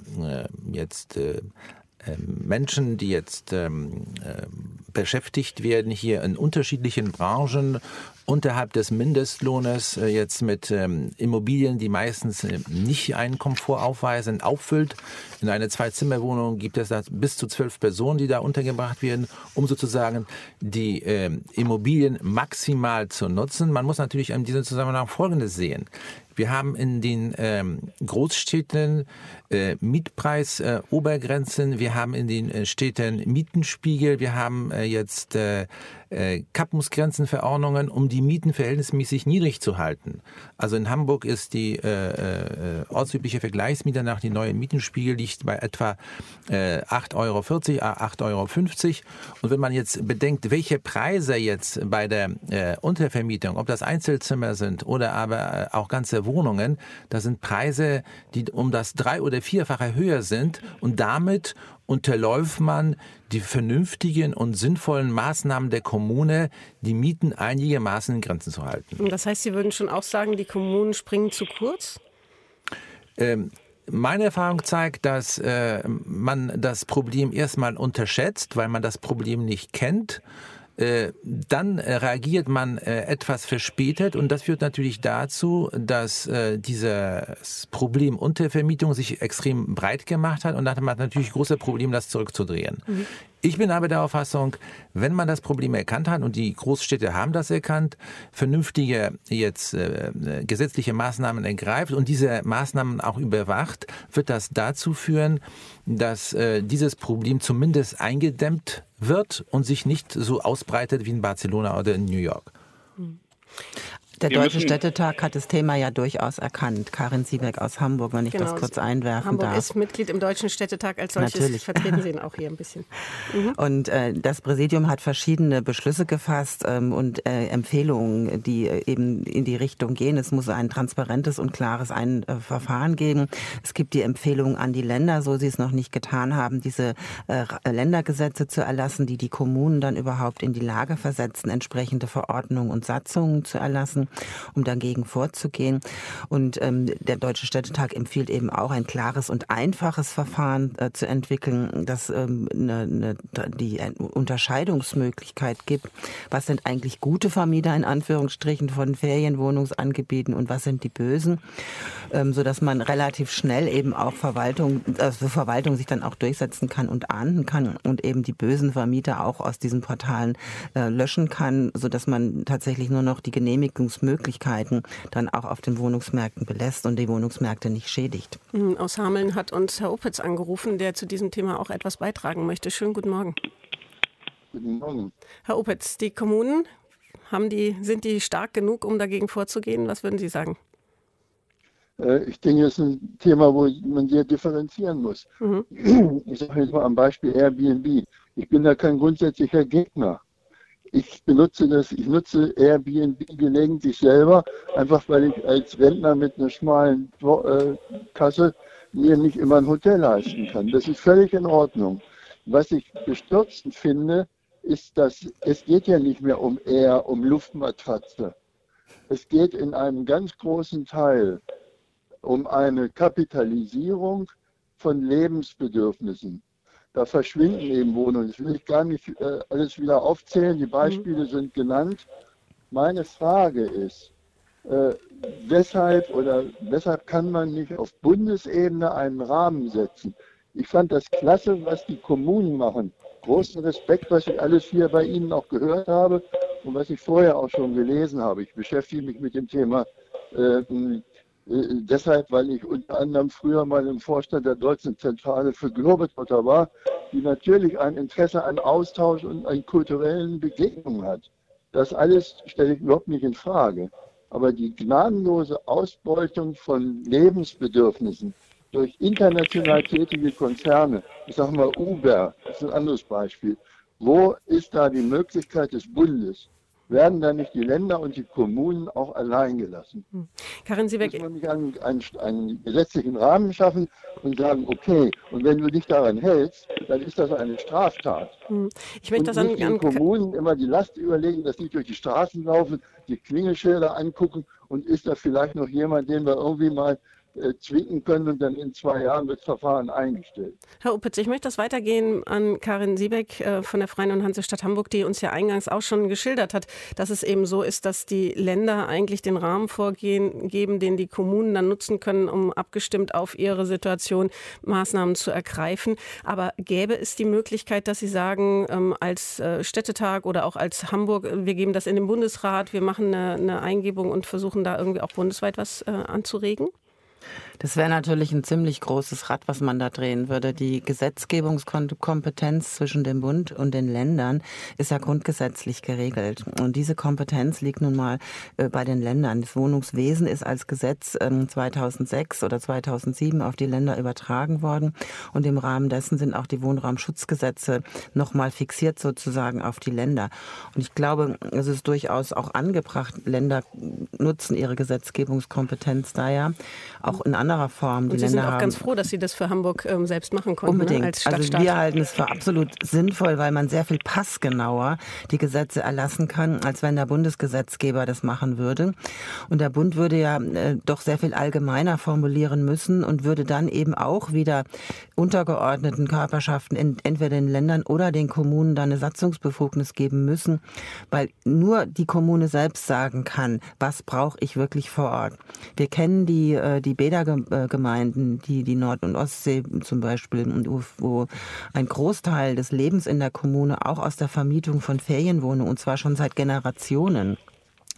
jetzt äh, Menschen, die jetzt ähm, äh, beschäftigt werden, hier in unterschiedlichen Branchen unterhalb des Mindestlohnes äh, jetzt mit ähm, Immobilien, die meistens äh, nicht einen Komfort aufweisen, auffüllt. In einer Zwei-Zimmer-Wohnung gibt es da bis zu zwölf Personen, die da untergebracht werden, um sozusagen die äh, Immobilien maximal zu nutzen. Man muss natürlich in diesem Zusammenhang Folgendes sehen. Wir haben in den ähm, Großstädten äh, Mietpreis-Obergrenzen, äh, wir haben in den äh, Städten Mietenspiegel, wir haben äh, jetzt äh, äh, Kappungsgrenzenverordnungen, um die Mieten verhältnismäßig niedrig zu halten. Also in Hamburg ist die äh, äh, ortsübliche Vergleichsmiete nach dem neuen Mietenspiegel liegt bei etwa äh, acht Euro vierzig, acht Euro fünfzig. Und wenn man jetzt bedenkt, welche Preise jetzt bei der äh, Untervermietung, ob das Einzelzimmer sind oder aber äh, auch ganze Wohnungen, das sind Preise, die um das drei- oder vierfache höher sind und damit unterläuft man die vernünftigen und sinnvollen Maßnahmen der Kommune, die Mieten einigermaßen in Grenzen zu halten. Das heißt, Sie würden schon auch sagen, die Kommunen springen zu kurz? Ähm, Meine Erfahrung zeigt, dass äh, man das Problem erstmal unterschätzt, weil man das Problem nicht kennt. Äh, dann äh, reagiert man äh, etwas verspätet und das führt natürlich dazu, dass äh, dieses Problem Untervermietung sich extrem breit gemacht hat und dann hat man natürlich große Probleme, das zurückzudrehen. Mhm. Ich bin aber der Auffassung, wenn man das Problem erkannt hat und die Großstädte haben das erkannt, vernünftige jetzt äh, gesetzliche Maßnahmen ergreift und diese Maßnahmen auch überwacht, wird das dazu führen, dass äh, dieses Problem zumindest eingedämmt wird und sich nicht so ausbreitet wie in Barcelona oder in New York. Der Deutsche Städtetag hat das Thema ja durchaus erkannt. Karin Siebeck aus Hamburg, wenn ich genau. das kurz einwerfen Hamburg darf. Hamburg ist Mitglied im Deutschen Städtetag. Als solches Natürlich. vertreten Sie ihn auch hier ein bisschen. Mhm. Und äh, das Präsidium hat verschiedene Beschlüsse gefasst ähm, und äh, Empfehlungen, die äh, eben in die Richtung gehen. Es muss ein transparentes und klares ein, äh, Verfahren geben. Es gibt die Empfehlung an die Länder, so sie es noch nicht getan haben, diese äh, Ländergesetze zu erlassen, die die Kommunen dann überhaupt in die Lage versetzen, entsprechende Verordnungen und Satzungen zu erlassen, um dagegen vorzugehen. Und ähm, der Deutsche Städtetag empfiehlt eben auch ein klares und einfaches Verfahren äh, zu entwickeln, das ähm, ne, ne, die Unterscheidungsmöglichkeit gibt. Was sind eigentlich gute Vermieter in Anführungsstrichen von Ferienwohnungsangeboten und was sind die bösen, ähm, sodass man relativ schnell eben auch Verwaltung, also Verwaltung sich dann auch durchsetzen kann und ahnden kann und eben die bösen Vermieter auch aus diesen Portalen äh, löschen kann, sodass man tatsächlich nur noch die Genehmigungsmöglichkeiten dann auch auf den Wohnungsmärkten belässt und die Wohnungsmärkte nicht schädigt. Aus Hameln hat uns Herr Opitz angerufen, der zu diesem Thema auch etwas beitragen möchte. Schönen guten Morgen. Guten Morgen. Herr Opitz, die Kommunen, haben die, sind die stark genug, um dagegen vorzugehen? Was würden Sie sagen? Ich denke, das ist ein Thema, wo man sehr differenzieren muss. Mhm. Ich sage jetzt mal am Beispiel Airbnb. Ich bin da kein grundsätzlicher Gegner. Ich benutze das, ich nutze Airbnb gelegentlich selber, einfach weil ich als Rentner mit einer schmalen äh, Kasse mir nicht immer ein Hotel leisten kann. Das ist völlig in Ordnung. Was ich bestürzend finde, ist, dass es geht ja nicht mehr um Air, um Luftmatratze. Es geht in einem ganz großen Teil um eine Kapitalisierung von Lebensbedürfnissen. Da verschwinden eben Wohnungen. Das will ich gar nicht äh, alles wieder aufzählen. Die Beispiele mhm. sind genannt. Meine Frage ist, äh, weshalb oder weshalb kann man nicht auf Bundesebene einen Rahmen setzen? Ich fand das klasse, was die Kommunen machen. Großen Respekt, was ich alles hier bei Ihnen auch gehört habe und was ich vorher auch schon gelesen habe. Ich beschäftige mich mit dem Thema äh, Äh, deshalb, weil ich unter anderem früher mal im Vorstand der Deutschen Zentrale für Globetrotter war, die natürlich ein Interesse an Austausch und an kulturellen Begegnungen hat. Das alles stelle ich überhaupt nicht in Frage. Aber die gnadenlose Ausbeutung von Lebensbedürfnissen durch international tätige Konzerne, ich sage mal Uber, das ist ein anderes Beispiel, wo ist da die Möglichkeit des Bundes? Werden da nicht die Länder und die Kommunen auch allein gelassen? Hm. Karin Siebeck, muss man nicht einen, einen, einen gesetzlichen Rahmen schaffen und sagen, okay, und wenn du dich daran hältst, dann ist das eine Straftat. Hm. Ich möchte und das nicht an, den Kommunen immer die Last überlegen, dass die durch die Straßen laufen, die Klingelschilder angucken und ist da vielleicht noch jemand, den wir irgendwie mal äh, zwingen können und dann in zwei Jahren wird das Verfahren eingestellt. Herr Opitz, ich möchte das weitergehen an Karin Siebeck äh, von der Freien und Hansestadt Hamburg, die uns ja eingangs auch schon geschildert hat, dass es eben so ist, dass die Länder eigentlich den Rahmen vorgeben, den die Kommunen dann nutzen können, um abgestimmt auf ihre Situation Maßnahmen zu ergreifen. Aber gäbe es die Möglichkeit, dass Sie sagen, ähm, als äh, Städtetag oder auch als Hamburg, wir geben das in den Bundesrat, wir machen eine, eine Eingebung und versuchen da irgendwie auch bundesweit was äh, anzuregen? Das wäre natürlich ein ziemlich großes Rad, was man da drehen würde. Die Gesetzgebungskompetenz zwischen dem Bund und den Ländern ist ja grundgesetzlich geregelt. Und diese Kompetenz liegt nun mal äh, bei den Ländern. Das Wohnungswesen ist als Gesetz ähm, zweitausendsechs oder zweitausendsieben auf die Länder übertragen worden. Und im Rahmen dessen sind auch die Wohnraumschutzgesetze nochmal fixiert sozusagen auf die Länder. Und ich glaube, es ist durchaus auch angebracht, Länder nutzen ihre Gesetzgebungskompetenz da ja auch in anderer Form. Die und Sie Länder sind auch haben ganz froh, dass Sie das für Hamburg ähm, selbst machen konnten. Unbedingt. Ne, als Stadtstaat. Also wir halten es für absolut sinnvoll, weil man sehr viel passgenauer die Gesetze erlassen kann, als wenn der Bundesgesetzgeber das machen würde. Und der Bund würde ja äh, doch sehr viel allgemeiner formulieren müssen und würde dann eben auch wieder untergeordneten Körperschaften in, entweder den Ländern oder den Kommunen dann eine Satzungsbefugnis geben müssen, weil nur die Kommune selbst sagen kann, was brauche ich wirklich vor Ort. Wir kennen die, äh, die Bädergemeinden, die, die Nord- und Ostsee zum Beispiel, wo ein Großteil des Lebens in der Kommune auch aus der Vermietung von Ferienwohnungen, und zwar schon seit Generationen,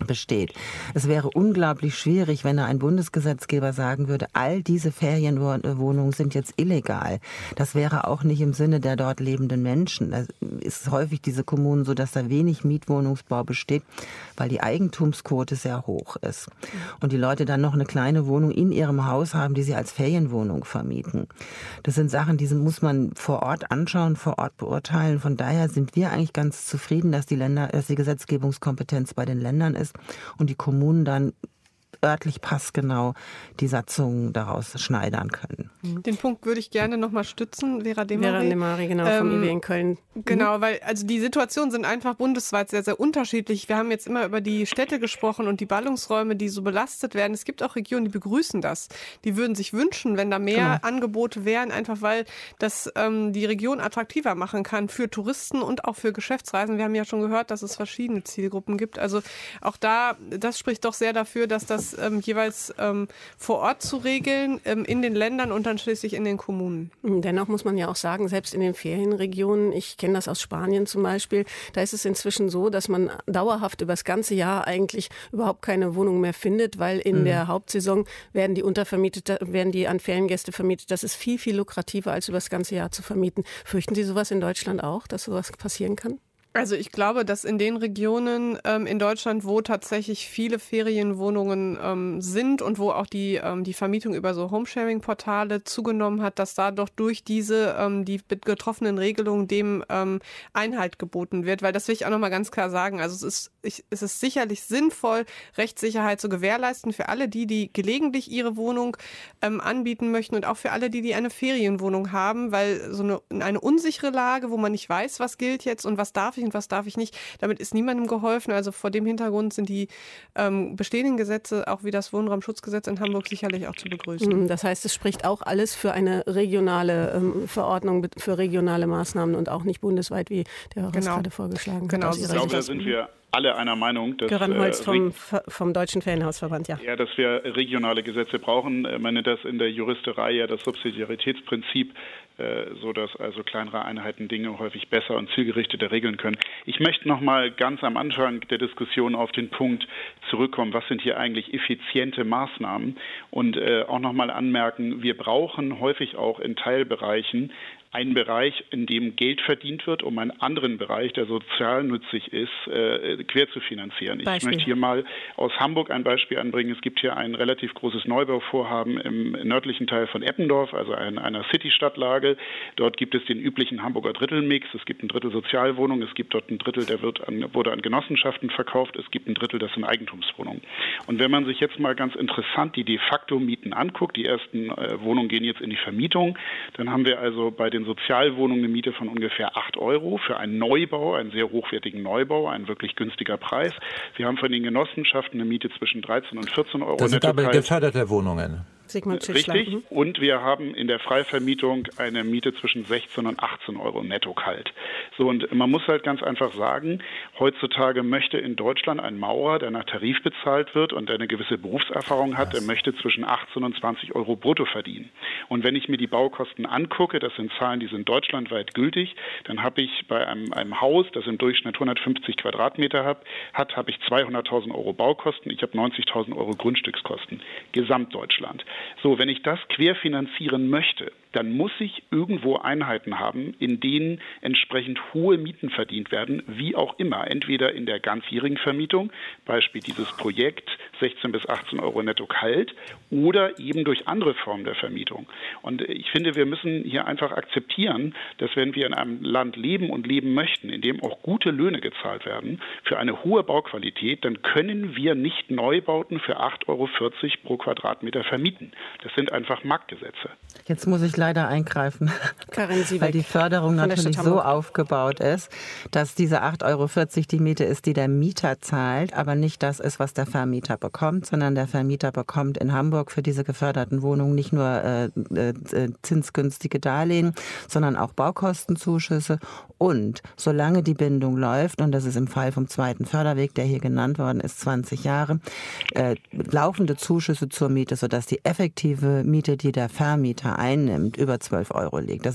besteht. Es wäre unglaublich schwierig, wenn da ein Bundesgesetzgeber sagen würde, all diese Ferienwohnungen sind jetzt illegal. Das wäre auch nicht im Sinne der dort lebenden Menschen. Da ist häufig diese Kommunen so, dass da wenig Mietwohnungsbau besteht, weil die Eigentumsquote sehr hoch ist. Und die Leute dann noch eine kleine Wohnung in ihrem Haus haben, die sie als Ferienwohnung vermieten. Das sind Sachen, die muss man vor Ort anschauen, vor Ort beurteilen. Von daher sind wir eigentlich ganz zufrieden, dass die Länder, dass die Gesetzgebungskompetenz bei den Ländern ist und die Kommunen dann örtlich passgenau die Satzungen daraus schneidern können. Den Punkt würde ich gerne noch mal stützen, Vera Demari. Vera Demari, genau, ähm, vom I W in Köln. Genau, weil also die Situationen sind einfach bundesweit sehr, sehr unterschiedlich. Wir haben jetzt immer über die Städte gesprochen und die Ballungsräume, die so belastet werden. Es gibt auch Regionen, die begrüßen das. Die würden sich wünschen, wenn da mehr genau. Angebote wären, einfach weil das ähm, die Region attraktiver machen kann für Touristen und auch für Geschäftsreisen. Wir haben ja schon gehört, dass es verschiedene Zielgruppen gibt. Also auch da, das spricht doch sehr dafür, dass das Ähm, jeweils ähm, vor Ort zu regeln, ähm, in den Ländern und dann schließlich in den Kommunen. Dennoch muss man ja auch sagen, selbst in den Ferienregionen, ich kenne das aus Spanien zum Beispiel, da ist es inzwischen so, dass man dauerhaft über das ganze Jahr eigentlich überhaupt keine Wohnung mehr findet, weil in mhm. der Hauptsaison werden die untervermietet, werden die an Feriengäste vermietet. Das ist viel, viel lukrativer, als über das ganze Jahr zu vermieten. Fürchten Sie sowas in Deutschland auch, dass sowas passieren kann? Also ich glaube, dass in den Regionen ähm, in Deutschland, wo tatsächlich viele Ferienwohnungen ähm, sind und wo auch die, ähm, die Vermietung über so Homesharing-Portale zugenommen hat, dass da doch durch diese ähm, die getroffenen Regelungen dem ähm, Einhalt geboten wird. Weil das will ich auch nochmal ganz klar sagen. Also es ist, ich, es ist sicherlich sinnvoll, Rechtssicherheit zu gewährleisten für alle die, die gelegentlich ihre Wohnung ähm, anbieten möchten und auch für alle die, die eine Ferienwohnung haben, weil so eine, eine unsichere Lage, wo man nicht weiß, was gilt jetzt und was darf ich und was darf ich nicht. Damit ist niemandem geholfen. Also vor dem Hintergrund sind die ähm, bestehenden Gesetze, auch wie das Wohnraumschutzgesetz in Hamburg, sicherlich auch zu begrüßen. Das heißt, es spricht auch alles für eine regionale ähm, Verordnung, für regionale Maßnahmen und auch nicht bundesweit, wie der Horst genau. gerade vorgeschlagen genau. hat. Ich glaube, da sind wir alle einer Meinung, dass Göran Holz äh, vom, vom Deutschen Ferienhausverband, ja. Ja, dass wir regionale Gesetze brauchen. Man nennt das in der Juristerei ja das Subsidiaritätsprinzip, äh, so dass also kleinere Einheiten Dinge häufig besser und zielgerichteter regeln können. Ich möchte noch mal ganz am Anfang der Diskussion auf den Punkt zurückkommen, was sind hier eigentlich effiziente Maßnahmen und äh, auch noch mal anmerken, wir brauchen häufig auch in Teilbereichen einen Bereich, in dem Geld verdient wird, um einen anderen Bereich, der sozial nützlich ist, äh, quer zu finanzieren. Beispiel. Ich möchte hier mal aus Hamburg ein Beispiel anbringen. Es gibt hier ein relativ großes Neubauvorhaben im nördlichen Teil von Eppendorf, also in einer City-Stadtlage. Dort gibt es den üblichen Hamburger Drittelmix. Es gibt ein Drittel Sozialwohnungen, es gibt dort ein Drittel, der wird an, wurde an Genossenschaften verkauft, es gibt ein Drittel, das sind Eigentumswohnungen. Und wenn man sich jetzt mal ganz interessant die de facto Mieten anguckt, die ersten äh, Wohnungen gehen jetzt in die Vermietung, dann haben wir also bei den Sozialwohnungen eine Miete von ungefähr acht Euro für einen Neubau, einen sehr hochwertigen Neubau, ein wirklich günstiger Preis. Wir haben von den Genossenschaften eine Miete zwischen dreizehn und vierzehn Euro. Das sind aber geförderte Wohnungen. Richtig. Und wir haben in der Freivermietung eine Miete zwischen sechzehn und achtzehn Euro netto kalt. So, und man muss halt ganz einfach sagen, heutzutage möchte in Deutschland ein Maurer, der nach Tarif bezahlt wird und der eine gewisse Berufserfahrung hat, der möchte zwischen achtzehn und zwanzig Euro brutto verdienen. Und wenn ich mir die Baukosten angucke, das sind Zahlen, die sind deutschlandweit gültig, dann habe ich bei einem, einem Haus, das im Durchschnitt hundertfünfzig Quadratmeter hat, hat habe ich zweihunderttausend Euro Baukosten, ich habe neunzigtausend Euro Grundstückskosten, Gesamtdeutschland. So, wenn ich das querfinanzieren möchte, dann muss ich irgendwo Einheiten haben, in denen entsprechend hohe Mieten verdient werden, wie auch immer. Entweder in der ganzjährigen Vermietung, Beispiel dieses Projekt, sechzehn bis achtzehn Euro netto kalt, oder eben durch andere Formen der Vermietung. Und ich finde, wir müssen hier einfach akzeptieren, dass wenn wir in einem Land leben und leben möchten, in dem auch gute Löhne gezahlt werden, für eine hohe Bauqualität, dann können wir nicht Neubauten für acht Euro vierzig pro Quadratmeter vermieten. Das sind einfach Marktgesetze. Jetzt muss ich leider eingreifen, Karin Siebeck, weil die Förderung natürlich so aufgebaut ist, dass diese acht Euro vierzig die Miete ist, die der Mieter zahlt, aber nicht das ist, was der Vermieter bekommt, sondern der Vermieter bekommt in Hamburg für diese geförderten Wohnungen nicht nur äh, äh, zinsgünstige Darlehen, sondern auch Baukostenzuschüsse. Und solange die Bindung läuft, und das ist im Fall vom zweiten Förderweg, der hier genannt worden ist, zwanzig Jahre, äh, laufende Zuschüsse zur Miete, sodass die effektive Miete, die der Vermieter einnimmt, über zwölf Euro liegt. Das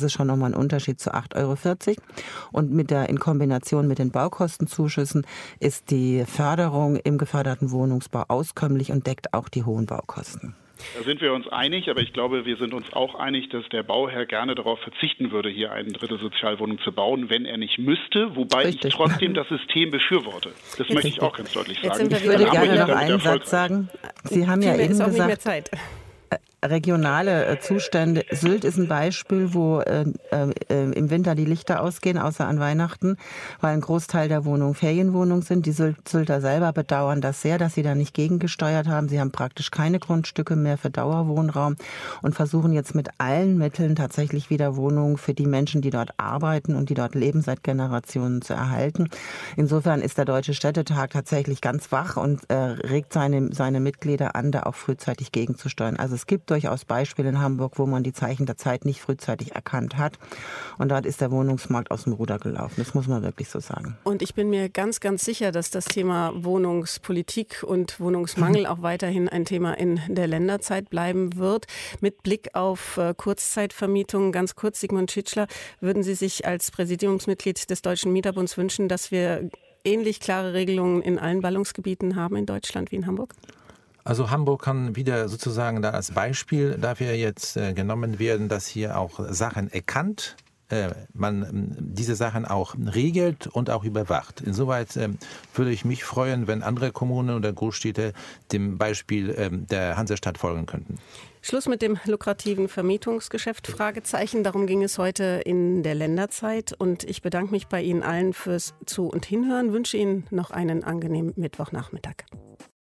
ist schon nochmal ein Unterschied zu acht Euro vierzig. Und mit der, in Kombination mit den Baukostenzuschüssen ist die Förderung im geförderten Wohnungsbau auskömmlich und deckt auch die hohen Baukosten. Da sind wir uns einig, aber ich glaube, wir sind uns auch einig, dass der Bauherr gerne darauf verzichten würde, hier eine dritte Sozialwohnung zu bauen, wenn er nicht müsste, wobei Richtig. ich trotzdem das System befürworte. Das Richtig. möchte ich auch ganz deutlich sagen. Ich würde gerne noch einen Satz sagen. Sie haben ja eben gesagt, regionale Zustände. Sylt ist ein Beispiel, wo äh, äh, im Winter die Lichter ausgehen, außer an Weihnachten, weil ein Großteil der Wohnungen Ferienwohnungen sind. Die Sylter selber bedauern das sehr, dass sie da nicht gegengesteuert haben. Sie haben praktisch keine Grundstücke mehr für Dauerwohnraum und versuchen jetzt mit allen Mitteln tatsächlich wieder Wohnungen für die Menschen, die dort arbeiten und die dort leben, seit Generationen zu erhalten. Insofern ist der Deutsche Städtetag tatsächlich ganz wach und äh, regt seine, seine Mitglieder an, da auch frühzeitig gegenzusteuern. Also es gibt durchaus Beispiele in Hamburg, wo man die Zeichen der Zeit nicht frühzeitig erkannt hat. Und dort ist der Wohnungsmarkt aus dem Ruder gelaufen. Das muss man wirklich so sagen. Und ich bin mir ganz, ganz sicher, dass das Thema Wohnungspolitik und Wohnungsmangel auch weiterhin ein Thema in der Länderzeit bleiben wird. Mit Blick auf äh, Kurzzeitvermietungen, ganz kurz, Sigmund Tschitschler, würden Sie sich als Präsidiumsmitglied des Deutschen Mieterbunds wünschen, dass wir ähnlich klare Regelungen in allen Ballungsgebieten haben in Deutschland wie in Hamburg? Also Hamburg kann wieder sozusagen da als Beispiel dafür jetzt äh, genommen werden, dass hier auch Sachen erkannt, äh, man äh, diese Sachen auch regelt und auch überwacht. Insoweit äh, würde ich mich freuen, wenn andere Kommunen oder Großstädte dem Beispiel äh, der Hansestadt folgen könnten. Schluss mit dem lukrativen Vermietungsgeschäft, Fragezeichen. Darum ging es heute in der Länderzeit. Und ich bedanke mich bei Ihnen allen fürs Zu- und Hinhören, wünsche Ihnen noch einen angenehmen Mittwochnachmittag.